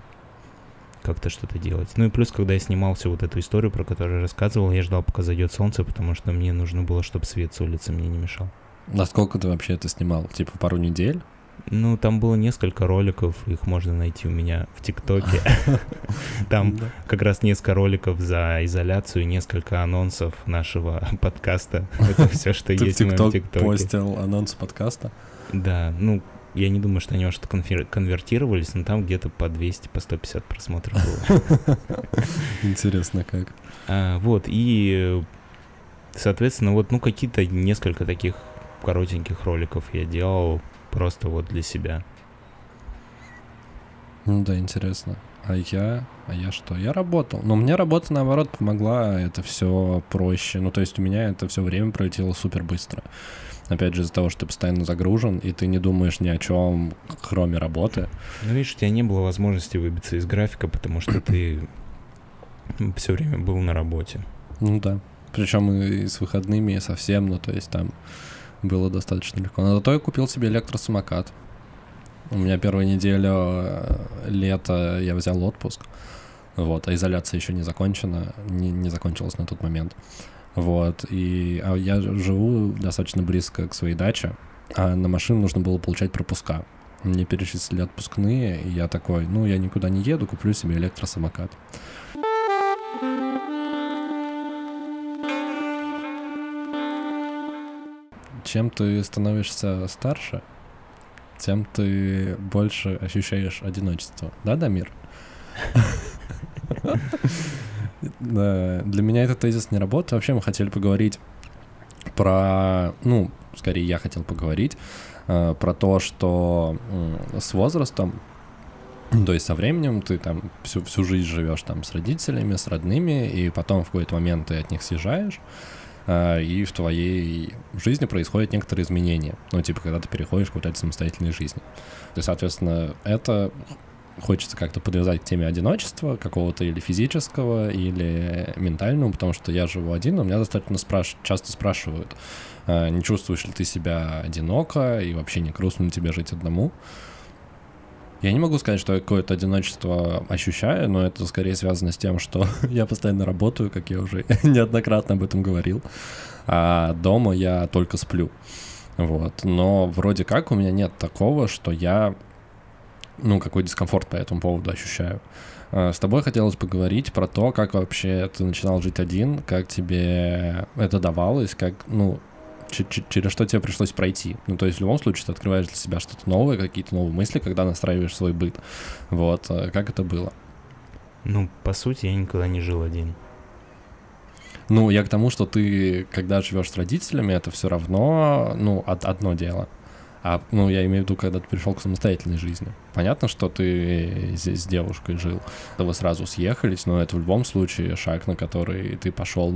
D: что-то делать. Ну и плюс, когда я снимал всю вот эту историю, про которую я рассказывал, я ждал, пока зайдет солнце, потому что мне нужно было, чтобы свет с улицы мне не мешал.
C: Насколько ты вообще это снимал? Типа пару недель?
D: Там было несколько роликов, их можно найти у меня в ТикТоке. Там как раз несколько роликов за изоляцию, несколько анонсов нашего подкаста. Это все, что есть в моем ТикТоке.
C: Ты постил анонсы подкаста?
D: Да, я не думаю, что они что-то конвертировались, но там где-то по 200, по 150 просмотров было.
C: Интересно как.
D: Вот, и, соответственно, какие-то несколько таких коротеньких роликов я делал просто вот для себя.
C: Да, интересно. А я что? Я работал. Но мне работа, наоборот, помогла это все проще. То есть у меня это все время пролетело супер быстро. Опять же, из-за того, что ты постоянно загружен, и ты не думаешь ни о чем, кроме работы.
D: Видишь, у тебя не было возможности выбиться из графика, потому что ты все время был на работе.
C: Да. Причем и с выходными, и совсем, то есть там было достаточно легко. Но зато я купил себе электросамокат. У меня первую неделю лета я взял отпуск. Вот, а изоляция еще не закончена, не закончилась на тот момент. Вот, а я живу достаточно близко к своей даче, а на машину нужно было получать пропуска. Мне перечислили отпускные, и я такой, я никуда не еду, куплю себе электросамокат. Чем ты становишься старше, тем ты больше ощущаешь одиночество. Да, Дамир? Для меня этот тезис не работает. Вообще мы хотели поговорить скорее я хотел поговорить про то, что с возрастом, то есть со временем ты там всю жизнь живешь там с родителями, с родными, и потом в какой-то момент ты от них съезжаешь, и в твоей жизни происходят некоторые изменения. Когда ты переходишь к вот этой самостоятельной жизни. И, соответственно, это хочется как-то подвязать к теме одиночества, какого-то или физического, или ментального, потому что я живу один, но меня достаточно часто спрашивают, не чувствуешь ли ты себя одиноко, и вообще не грустно ли тебе жить одному. Я не могу сказать, что я какое-то одиночество ощущаю, но это скорее связано с тем, что я постоянно работаю, как я уже неоднократно об этом говорил, а дома я только сплю. Вот. Но вроде как у меня нет такого, что я какой дискомфорт по этому поводу ощущаю. С тобой хотелось поговорить про то, как вообще ты начинал жить один, как тебе это давалось, как, через что тебе пришлось пройти. То есть в любом случае ты открываешь для себя что-то новое, какие-то новые мысли, когда настраиваешь свой быт. Вот, как это было?
D: По сути, я никогда не жил один.
C: Я к тому, что ты, когда живешь с родителями, это все равно, одно дело. А, я имею в виду, когда ты пришел к самостоятельной жизни. Понятно, что ты с девушкой жил, да вы сразу съехались, но это в любом случае шаг, на который ты пошел.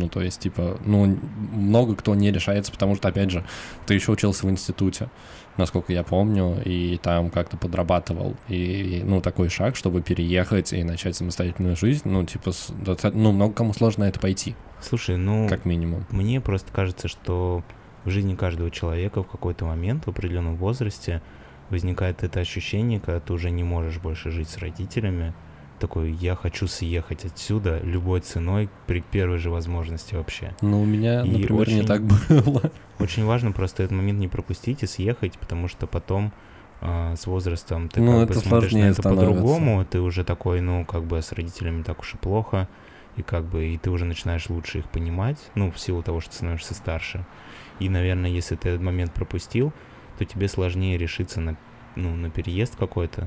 C: Много кто не решается, потому что, опять же, ты еще учился в институте, насколько я помню, и там как-то подрабатывал. И, такой шаг, чтобы переехать и начать самостоятельную жизнь, много кому сложно на это пойти.
D: Слушай,
C: как минимум.
D: Мне просто кажется, что в жизни каждого человека в какой-то момент в определенном возрасте возникает это ощущение, когда ты уже не можешь больше жить с родителями. Такой, я хочу съехать отсюда любой ценой при первой же возможности вообще.
C: У меня, например, не так было.
D: Очень важно просто этот момент не пропустить и съехать, потому что потом с возрастом ты как бы смотришь на это по-другому, ты уже такой, с родителями так уж и плохо, и и ты уже начинаешь лучше их понимать, в силу того, что становишься старше. И, наверное, если ты этот момент пропустил, то тебе сложнее решиться на переезд какой-то.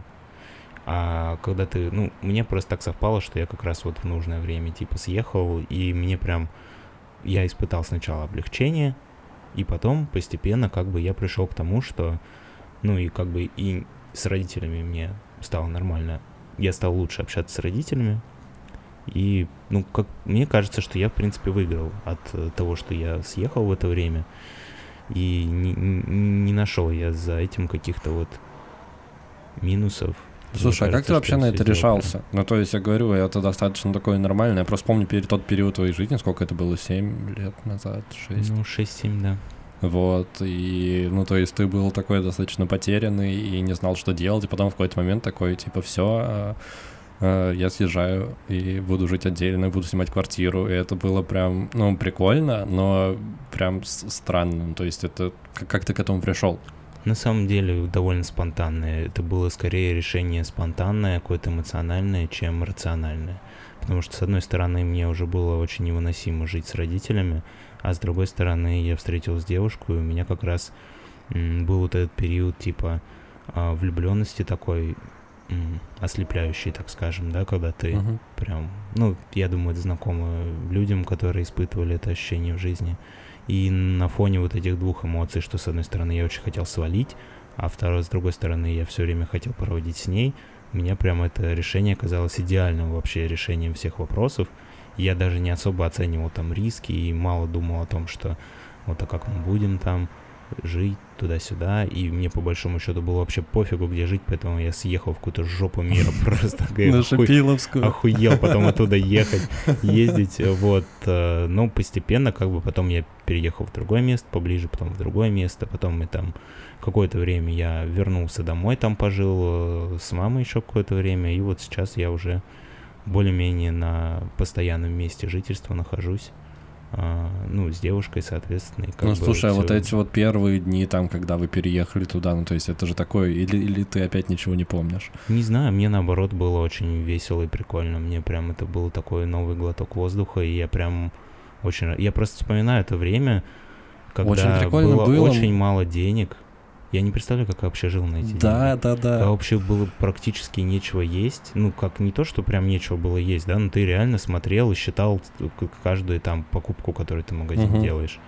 D: А когда ты... мне просто так совпало, что я как раз вот в нужное время съехал, и мне прям... Я испытал сначала облегчение, и потом постепенно я пришел к тому, что... и с родителями мне стало нормально. Я стал лучше общаться с родителями. И, мне кажется, что я, в принципе, выиграл от того, что я съехал в это время. И не нашел я за этим каких-то минусов.
C: Слушай, а как ты вообще на это решался? То есть, я говорю, это достаточно такое нормальное. Я просто помню тот период твоей жизни, сколько это было, 7 лет назад, 6?
D: 6-7, да.
C: Вот, и, то есть ты был такой достаточно потерянный и не знал, что делать, и потом в какой-то момент такой, все... я съезжаю и буду жить отдельно, буду снимать квартиру, и это было прям, прикольно, но прям странно, то есть это, как ты к этому пришел?
D: На самом деле довольно спонтанное, это было скорее решение спонтанное, какое-то эмоциональное, чем рациональное, потому что, с одной стороны, мне уже было очень невыносимо жить с родителями, а с другой стороны, я встретил девушку, и у меня как раз был вот этот период, влюбленности такой, ослепляющий, так скажем, да, когда ты прям, я думаю, это знакомо людям, которые испытывали это ощущение в жизни. И на фоне вот этих двух эмоций, что с одной стороны я очень хотел свалить, а с другой стороны я все время хотел проводить с ней, у меня прям это решение казалось идеальным вообще решением всех вопросов. Я даже не особо оценивал там риски и мало думал о том, что а как мы будем там жить туда-сюда, и мне по большому счету было вообще пофигу, где жить, поэтому я съехал в какую-то жопу мира просто.
C: На Шипиловскую.
D: Охуел потом оттуда ехать, ездить, но постепенно потом я переехал в другое место поближе, потом в другое место, потом и там какое-то время я вернулся домой, там пожил с мамой еще какое-то время, и вот сейчас я уже более-менее на постоянном месте жительства нахожусь. С девушкой, соответственно.
C: Слушай, а вот эти первые дни там, когда вы переехали туда, то есть это же такое, или ты опять ничего не помнишь?
D: Не знаю, мне наоборот было очень весело и прикольно, мне прям это был такой новый глоток воздуха, и я прям очень... Я просто вспоминаю это время, когда было очень мало денег. Я не представляю, как я вообще жил на эти деньги.
C: Да.
D: Когда вообще было практически нечего есть. Как не то, что прям нечего было есть, да, но ты реально смотрел и считал каждую там покупку, которую ты в магазине делаешь.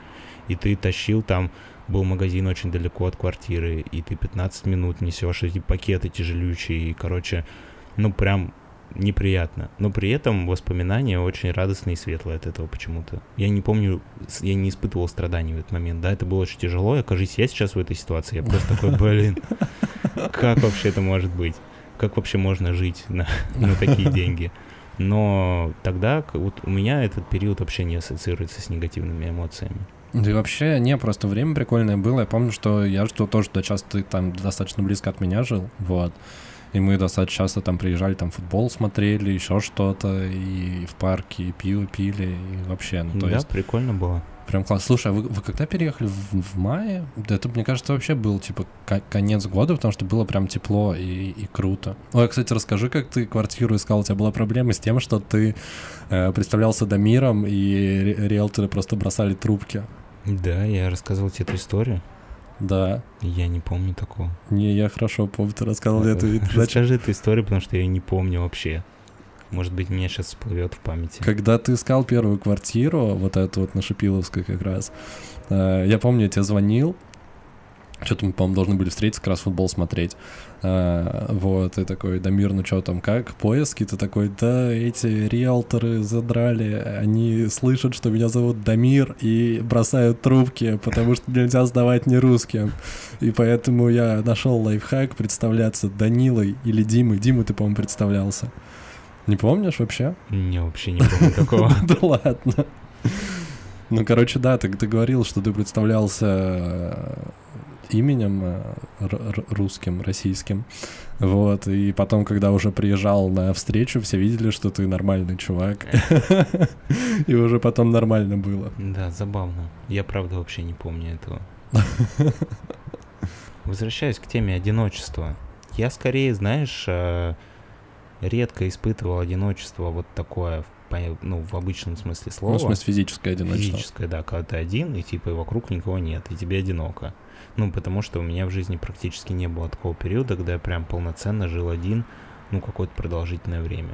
D: И ты тащил там, был магазин очень далеко от квартиры, и ты 15 минут несешь эти пакеты тяжелючие, и, короче, ну, прям неприятно. Но при этом воспоминания очень радостные и светлые от этого почему-то. Я не помню, я не испытывал страданий в этот момент, да, это было очень тяжело, и, окажись, я сейчас в этой ситуации, я просто такой, блин, как вообще это может быть? Как вообще можно жить на такие деньги? Но тогда вот у меня этот период вообще не ассоциируется с негативными эмоциями.
C: Да и вообще, не, просто время прикольное было. Я помню, что я тоже часто там достаточно близко от меня жил, вот. И мы достаточно часто там приезжали, там футбол смотрели, еще что-то, и в парке, и пиво пили, и вообще, ну, то
D: да,
C: есть...
D: прикольно было.
C: Прям класс. Слушай, а вы когда переехали в мае? Да это, мне кажется, вообще был, типа, конец года, потому что было прям тепло и круто. Ой, кстати, расскажи, как ты квартиру искал. У тебя была проблема с тем, что ты представлялся домиром, и риэлторы просто бросали трубки.
D: Да, я рассказывал тебе эту историю.
C: Да.
D: Я не помню такого.
C: Не, я хорошо помню, ты рассказывал эту.
D: Расскажи эту историю, потому что я не помню вообще. Может быть, мне сейчас всплывет в памяти.
C: Когда ты искал первую квартиру, вот эту вот на Шипиловской как раз, я помню, я тебе звонил, что-то мы, по-моему, должны были встретиться, как раз футбол смотреть. Вот, и такой, Дамир, ну что там, как, поиски? Ты такой, да, эти риэлторы задрали, они слышат, что меня зовут Дамир, и бросают трубки, потому что нельзя сдавать не русским. И поэтому я нашел лайфхак представляться Данилой или Димой. Дима, ты, по-моему, представлялся. Не помнишь вообще?
D: Не, вообще не помню такого.
C: Да ладно. Ну, короче, да, ты говорил, что ты представлялся именем русским, российским. Вот, и потом, когда уже приезжал на встречу, все видели, что ты нормальный чувак. И уже потом нормально было.
D: Да, забавно. Я, правда, вообще не помню этого. Возвращаясь к теме одиночества. Я скорее, знаешь, редко испытывал одиночество вот такое, ну, в обычном смысле слова.
C: Ну, в смысле физическое одиночество.
D: Физическое, да, когда ты один, и типа вокруг никого нет, и тебе одиноко. Ну, потому что у меня в жизни практически не было такого периода, когда я прям полноценно жил один, ну, какое-то продолжительное время.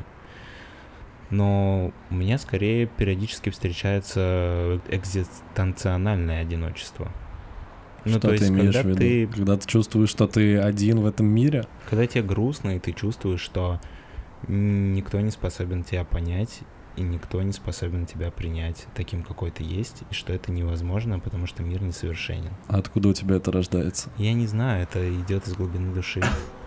D: Но у меня скорее периодически встречается экзистенциональное одиночество.
C: Ну, что ты имеешь в виду? Когда ты чувствуешь, что ты один в этом мире?
D: Когда тебе грустно, и ты чувствуешь, что никто не способен тебя понять, и никто не способен тебя принять таким, какой ты есть, и что это невозможно, потому что мир несовершенен.
C: А откуда у тебя это рождается?
D: Я не знаю, это идет из глубины души.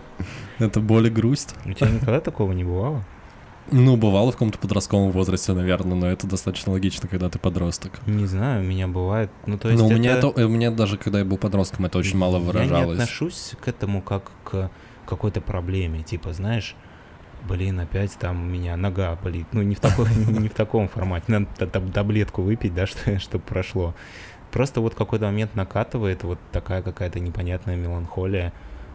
C: Это боль и грусть?
D: У тебя никогда такого не бывало?
C: Ну, бывало в каком-то подростковом возрасте, наверное, но это достаточно логично, когда ты подросток.
D: Не знаю, у меня бывает... Ну, то есть
C: у меня даже, когда я был подростком, это очень мало выражалось.
D: Я не отношусь к этому как к какой-то проблеме, типа, знаешь... Блин, опять там у меня нога болит. Ну, не в таком формате. Надо таблетку выпить, да, чтобы прошло. Просто вот какой-то момент накатывает вот такая какая-то непонятная меланхолия.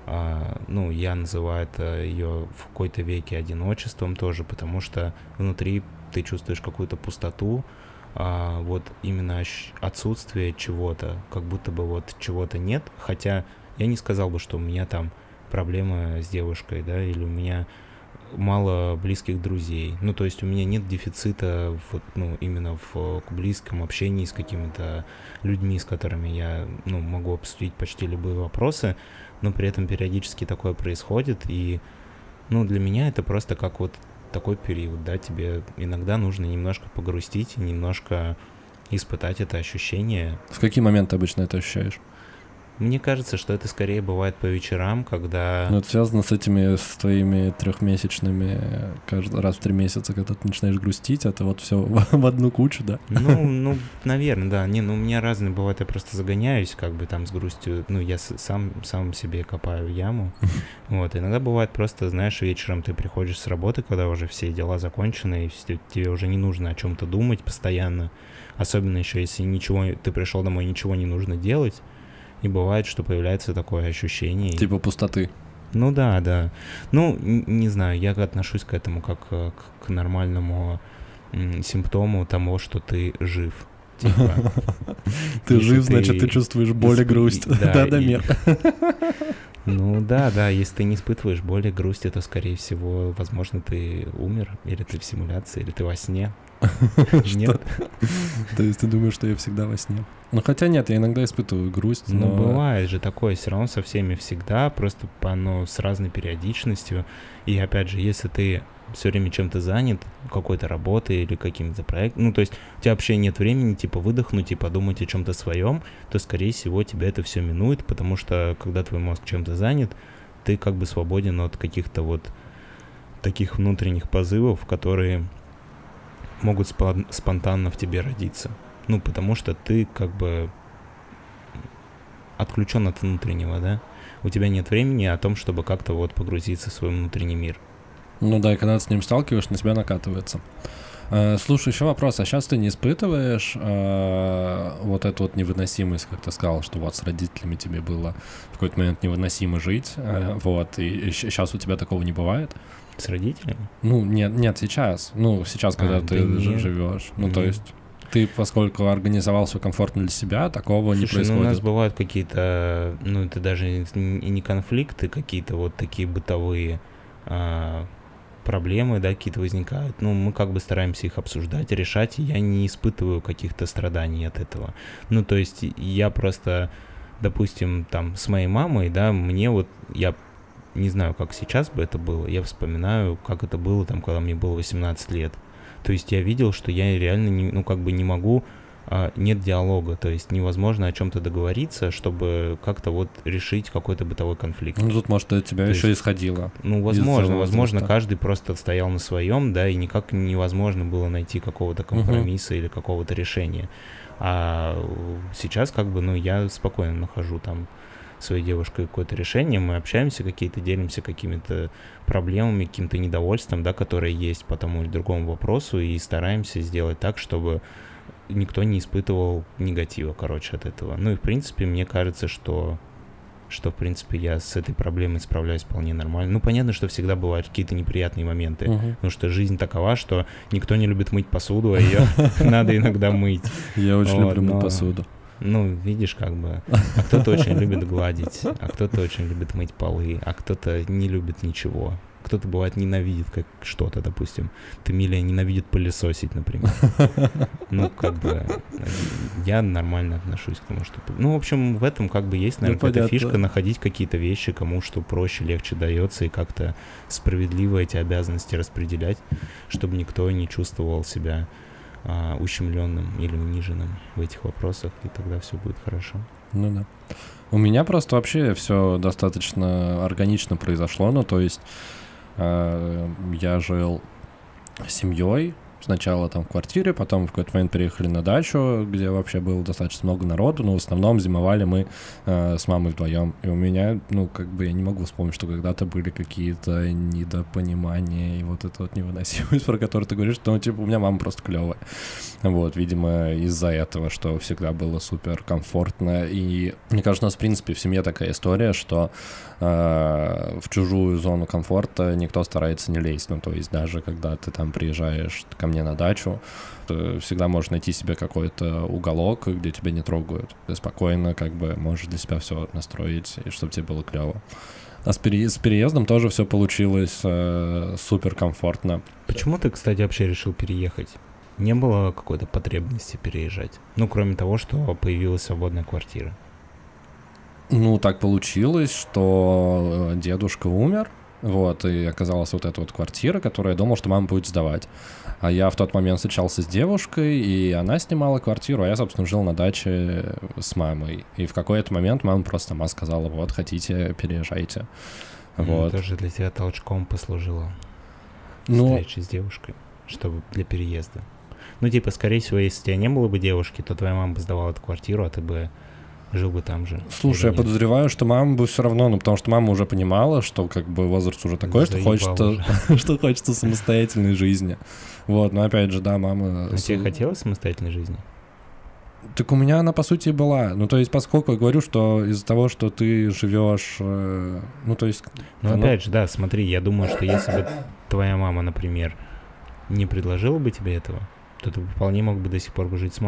D: Ну, я называю это ее в какой-то веке одиночеством тоже, потому что внутри ты чувствуешь какую-то пустоту, вот именно отсутствие чего-то, как будто бы вот чего-то нет. Хотя я не сказал бы, что у меня там проблемы с девушкой, да, или у меня мало близких друзей. Ну, то есть у меня нет дефицита вот, ну, именно в близком общении с какими-то людьми, с которыми я, ну, могу обсудить почти любые вопросы, но при этом периодически такое происходит, и, ну, для меня это просто как вот такой период, да, тебе иногда нужно немножко погрустить, немножко испытать это ощущение.
C: В какие моменты обычно это ощущаешь?
D: Мне кажется, что это скорее бывает по вечерам, когда...
C: Ну, это связано с твоими трехмесячными, каждый раз в 3 месяца, когда ты начинаешь грустить, это вот все в одну кучу, да?
D: Ну, наверное, да. Не, ну, у меня разные бывают, я просто загоняюсь, как бы там с грустью, ну, я сам себе копаю яму. Вот, иногда бывает просто, знаешь, вечером ты приходишь с работы, когда уже все дела закончены, и тебе уже не нужно о чем-то думать постоянно, особенно еще если ты пришел домой, ничего не нужно делать. И бывает, что появляется такое ощущение.
C: Типа пустоты.
D: Ну да, да. Ну, не знаю, я отношусь к этому как к нормальному симптому того, что ты жив.
C: Ты жив, значит, ты чувствуешь боль и грусть. Да, Дамир.
D: Ну да, если ты не испытываешь боли, грусти, то, скорее всего, возможно, ты умер, или ты в симуляции, или ты во сне. Нет?
C: То есть ты думаешь, что я всегда во сне? Ну хотя нет, я иногда испытываю грусть, но...
D: Ну бывает же такое, все равно со всеми всегда, просто с разной периодичностью. И опять же, если ты все время чем-то занят, какой-то работой или каким-то проектом, ну то есть у тебя вообще нет времени типа выдохнуть и подумать о чем-то своем, то скорее всего тебя это все минует, потому что когда твой мозг чем-то занят, ты как бы свободен от каких-то вот таких внутренних позывов, которые могут спонтанно в тебе родиться. Ну, потому что ты как бы отключен от внутреннего, да? У тебя нет времени о том, чтобы как-то вот погрузиться в свой внутренний мир.
C: Ну да, и когда ты с ним сталкиваешься, на тебя накатывается. Слушай, еще вопрос. А сейчас ты не испытываешь вот эту вот невыносимость, как ты сказал, что вот с родителями тебе было в какой-то момент невыносимо жить, вот, и сейчас у тебя такого не бывает?
D: С родителями?
C: Ну, нет, сейчас. Ну, сейчас, когда ты живешь. Ну, то есть ты, поскольку организовал все комфортно для себя, такого не происходит.
D: Ну, у нас бывают какие-то, ну, это даже и не конфликты, какие-то вот такие бытовые проблемы, да, какие-то возникают. Ну, мы как бы стараемся их обсуждать, решать, и я не испытываю каких-то страданий от этого. Ну, то есть я просто, допустим, там, с моей мамой, да, мне вот, я не знаю, как сейчас бы это было, я вспоминаю, как это было там, когда мне было 18 лет. То есть я видел, что я реально не могу, нет диалога, то есть невозможно о чем-то договориться, чтобы как-то вот решить какой-то бытовой конфликт.
C: Ну тут, может, от тебя еще исходило.
D: Ну, возможно, каждый просто стоял на своем, да, и никак невозможно было найти какого-то компромисса или какого-то решения. А сейчас как бы, ну, я спокойно нахожу там своей девушкой какое-то решение, мы общаемся какие-то, делимся какими-то проблемами, каким-то недовольством, да, которое есть по тому или другому вопросу, и стараемся сделать так, чтобы никто не испытывал негатива, короче, от этого. Ну и, в принципе, мне кажется, что в принципе, я с этой проблемой справляюсь вполне нормально. Ну, понятно, что всегда бывают какие-то неприятные моменты, потому что жизнь такова, что никто не любит мыть посуду, а ее надо иногда мыть.
C: Я очень люблю мыть посуду.
D: Ну, видишь, как бы, а кто-то очень любит гладить, а кто-то очень любит мыть полы, а кто-то не любит ничего. Кто-то, бывает, ненавидит как что-то, допустим. Эмилия ненавидит пылесосить, например. Ну, как бы, я нормально отношусь к тому, что... Ну, в общем, в этом как бы есть, наверное, какая-то фишка, находить какие-то вещи, кому что проще, легче дается, и как-то справедливо эти обязанности распределять, чтобы никто не чувствовал себя ущемленным или униженным в этих вопросах, и тогда все будет хорошо.
C: Ну да. У меня просто вообще все достаточно органично произошло, ну то есть я жил с семьей, сначала там в квартире, потом в какой-то момент переехали на дачу, где вообще было достаточно много народу, но в основном зимовали мы с мамой вдвоем. И у меня, ну, как бы я не могу вспомнить, что когда-то были какие-то недопонимания и вот эта вот невыносимость, про которую ты говоришь, что, ну, типа, у меня мама просто клевая. Вот, видимо, из-за этого, что всегда было супер комфортно. И мне кажется, у нас, в принципе, в семье такая история, что в чужую зону комфорта никто старается не лезть. Ну, то есть даже когда ты там приезжаешь ко мне на дачу, ты всегда можешь найти себе какой-то уголок, где тебя не трогают. Ты спокойно как бы можешь для себя все настроить, и чтобы тебе было клево. А с переездом тоже все получилось супер комфортно.
D: Почему ты, кстати, вообще решил переехать? Не было какой-то потребности переезжать? Ну, кроме того, что появилась свободная квартира.
C: Ну, так получилось, что дедушка умер, вот, и оказалась вот эта вот квартира, которую я думал, что мама будет сдавать. А я в тот момент встречался с девушкой, и она снимала квартиру, а я, собственно, жил на даче с мамой. И в какой-то момент мама просто сама сказала, вот, хотите, переезжайте. Вот.
D: Тоже для тебя толчком послужило встреча с девушкой, чтобы для переезда. Ну, типа, скорее всего, если у тебя не было бы девушки, то твоя мама бы сдавала эту квартиру, а ты бы жил бы там же.
C: Слушай, я подозреваю, что мама бы все равно, ну, потому что мама уже понимала, что как бы возраст уже такой, что хочется самостоятельной жизни. Вот, но опять же, да, мама...
D: А тебе хотелось самостоятельной жизни?
C: Так у меня она, по сути, была. Ну, то есть, поскольку я говорю, что из-за того, что ты живешь, ну, то есть...
D: Ну, опять же, да, смотри, я думаю, что если бы твоя мама, например, не предложила бы тебе этого, то ты вполне мог бы до сих пор жить с мамой.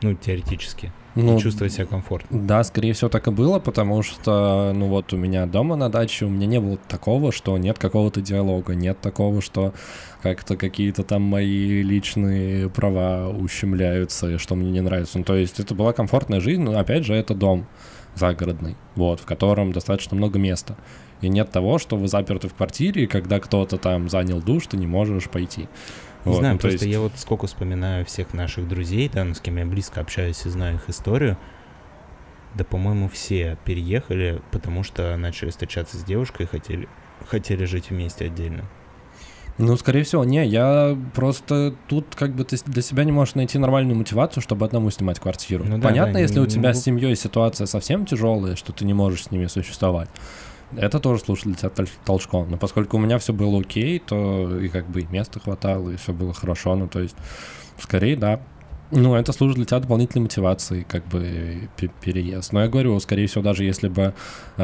D: Ну, теоретически. Ну, чувствовать себя комфортно.
C: Да, скорее всего, так и было, потому что, ну вот у меня дома на даче, у меня не было такого, что нет какого-то диалога, нет такого, что как-то какие-то там мои личные права ущемляются, и что мне не нравится. Ну, то есть это была комфортная жизнь, но, опять же, это дом загородный, вот, в котором достаточно много места. И нет того, что вы заперты в квартире, и когда кто-то там занял душ, ты не можешь пойти.
D: Не вот, знаю, просто я вот сколько вспоминаю всех наших друзей, да, ну, с кем я близко общаюсь и знаю их историю, да, по-моему, все переехали, потому что начали встречаться с девушкой и хотели жить вместе отдельно.
C: Ну, скорее всего, не, я просто тут как бы ты для себя не можешь найти нормальную мотивацию, чтобы одному снимать квартиру. Ну, понятно, да, если у тебя с семьей ситуация совсем тяжелая, что ты не можешь с ними существовать, это тоже служит для тебя толчком. Но поскольку у меня все было окей, то и как бы и места хватало, и все было хорошо. Ну, то есть, скорее, да. Ну, это служит для тебя дополнительной мотивацией, как бы, переезд. Но я говорю, скорее всего, даже если бы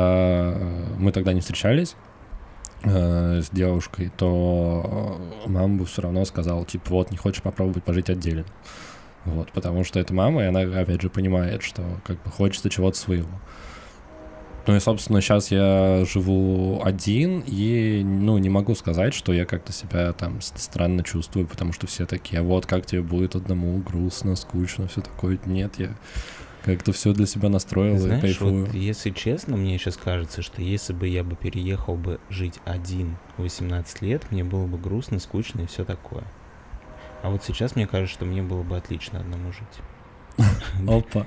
C: мы тогда не встречались с девушкой, то мама бы все равно сказала, типа, вот, не хочешь попробовать пожить отдельно. Вот, потому что это мама, и она, опять же, понимает, что, как бы, хочется чего-то своего. Ну и, собственно, сейчас я живу один, и, ну, не могу сказать, что я как-то себя там странно чувствую, потому что все такие, вот, как тебе будет одному, грустно, скучно, все такое. Нет, я как-то все для себя настроил.
D: Знаешь,
C: и кайфую.
D: Вот, если честно, мне сейчас кажется, что если бы я бы переехал бы жить один в 18 лет, мне было бы грустно, скучно и все такое. А вот сейчас мне кажется, что мне было бы отлично одному жить.
C: Опа.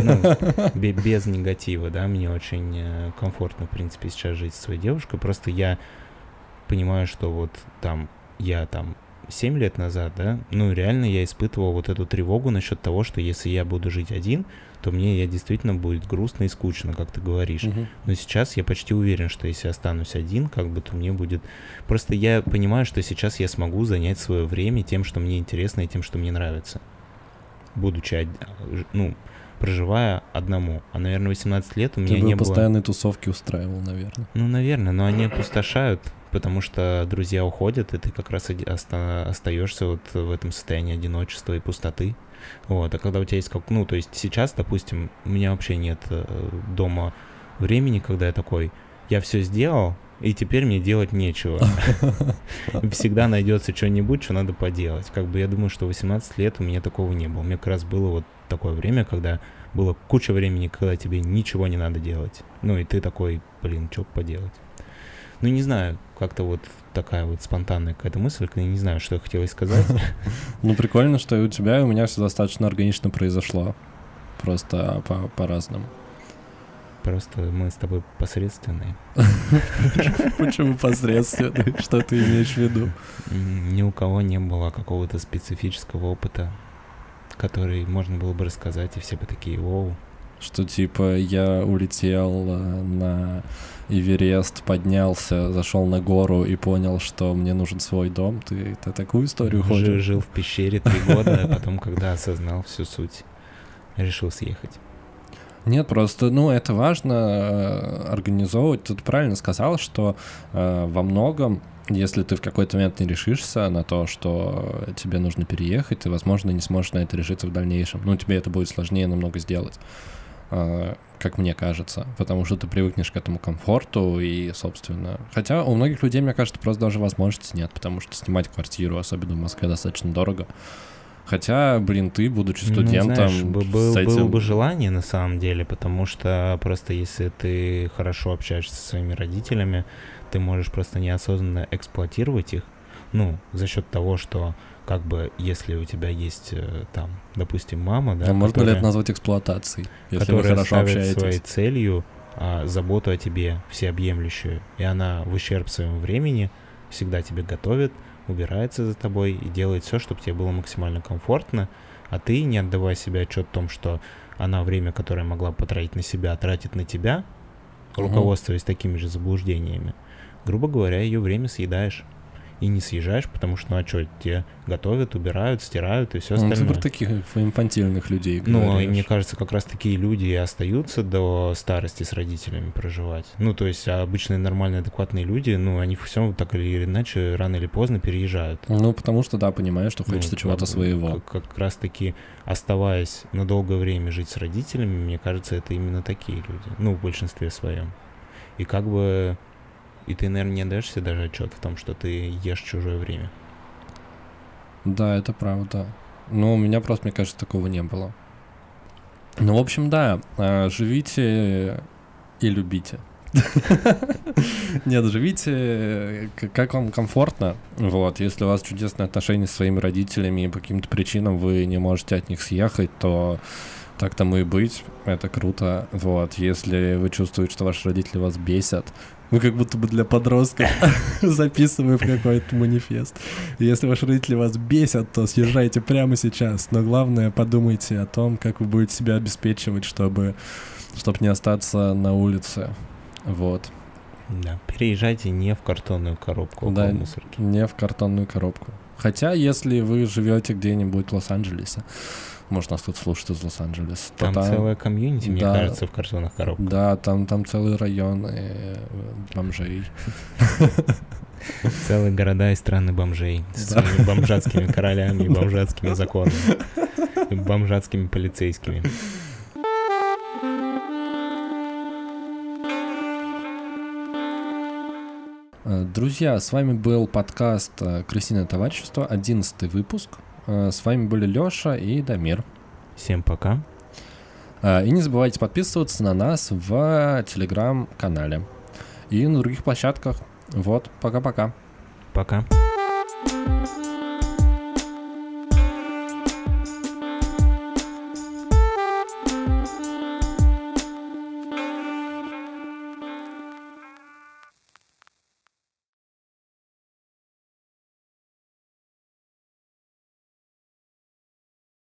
D: Без негатива, да, мне очень комфортно, в принципе, сейчас жить со своей девушкой. Просто я понимаю, что вот там я там 7 лет назад, да, ну реально я испытывал вот эту тревогу насчет того, что если я буду жить один, то мне действительно будет грустно и скучно, как ты говоришь. Но сейчас я почти уверен, что если останусь один, как бы, то мне будет... Просто я понимаю, что сейчас я смогу занять свое время тем, что мне интересно и тем, что мне нравится. Будучи, ну, проживая одному. А, наверное, 18 лет у меня не было...
C: Ты постоянные тусовки устраивал, наверное.
D: Ну, наверное, но они опустошают, потому что друзья уходят, и ты как раз остаешься вот в этом состоянии одиночества и пустоты. Вот, а когда у тебя есть как... Ну, то есть сейчас, допустим, у меня вообще нет дома времени, когда я такой, я все сделал, и теперь мне делать нечего. Всегда найдется что-нибудь, что надо поделать. Как бы я думаю, что 18 лет у меня такого не было. У меня как раз было вот такое время, когда было куча времени, когда тебе ничего не надо делать. Ну и ты такой, блин, что поделать. Ну не знаю, как-то вот такая вот спонтанная какая-то мысль, я не знаю, что я хотел сказать.
C: Ну прикольно, что и у тебя, и у меня все достаточно органично произошло. Просто по-разному.
D: Просто мы с тобой посредственные.
C: Почему посредственные? Что ты имеешь в виду?
D: Ни у кого не было какого-то специфического опыта, который можно было бы рассказать, и все бы такие, воу.
C: Что типа я улетел на Эверест, поднялся, зашел на гору и понял, что мне нужен свой дом. Ты такую историю хочешь?
D: Жил в пещере 3 года, а потом, когда осознал всю суть, решил съехать.
C: Нет, просто, ну, это важно организовывать. Ты правильно сказал, что во многом, если ты в какой-то момент не решишься на то, что тебе нужно переехать, ты, возможно, не сможешь на это решиться в дальнейшем. Ну, тебе это будет сложнее намного сделать, как мне кажется, потому что ты привыкнешь к этому комфорту и, собственно... Хотя у многих людей, мне кажется, просто даже возможности нет, потому что снимать квартиру, особенно в Москве, достаточно дорого. Хотя, блин, ты, будучи студентом...
D: Ну, знаешь, было бы желание, на самом деле, потому что просто если ты хорошо общаешься со своими родителями, ты можешь просто неосознанно эксплуатировать их, ну, за счет того, что, как бы, если у тебя есть, там, допустим, мама, да...
C: А можно ли это назвать эксплуатацией, если вы хорошо общаетесь?
D: Своей целью заботу о тебе всеобъемлющую, и она в ущерб своему времени всегда тебе готовит, убирается за тобой и делает все, чтобы тебе было максимально комфортно, а ты, не отдавая себе отчет о том, что она время, которое могла потратить на себя, тратит на тебя, руководствуясь такими же заблуждениями, грубо говоря, ее время съедаешь. и не съезжаешь, потому что, ну а что, те готовят, убирают, стирают и все остальное.
C: Ты про таких инфантильных людей
D: говоришь.
C: Ну,
D: и мне кажется, как раз такие люди и остаются до старости с родителями проживать. Ну, то есть обычные нормальные, адекватные люди, ну, они все так или иначе, рано или поздно переезжают.
C: Ну, потому что, да, понимаешь, что хочется чего-то своего.
D: Как раз-таки, оставаясь на долгое время жить с родителями, мне кажется, это именно такие люди. Ну, в большинстве своем. И как бы... И ты, наверное, не отдаешь себе даже отчет в том, что ты ешь чужое время.
C: Да, это правда. Но у меня просто, мне кажется, такого не было. Ну, в общем, да, живите и любите. Нет, живите, как вам комфортно. Вот, если у вас чудесные отношения с своими родителями и по каким-то причинам вы не можете от них съехать, то так тому и быть, это круто. Вот, если вы чувствуете, что ваши родители вас бесят, мы как будто бы для подростков записываем какой-то манифест. Если ваши родители вас бесят, то съезжайте прямо сейчас. Но главное, подумайте о том, как вы будете себя обеспечивать, чтобы не остаться на улице. Вот.
D: Да, переезжайте не в картонную коробку около мусорки.
C: Не в картонную коробку. Хотя, если вы живете где-нибудь в Лос-Анджелесе, может, нас тут слушают из Лос-Анджелеса.
D: Там целая комьюнити, мне кажется, в картонных коробках.
C: Да, там целый район бомжей.
D: Целые города и страны бомжей. С своими бомжатскими королями и бомжатскими законами. И бомжатскими полицейскими.
C: Друзья, с вами был подкаст «Крысиное товарищество», 11-й выпуск. С вами были Лёша и Дамир.
D: Всем пока.
C: И не забывайте подписываться на нас в Телеграм-канале и на других площадках. Вот, пока-пока.
D: Пока.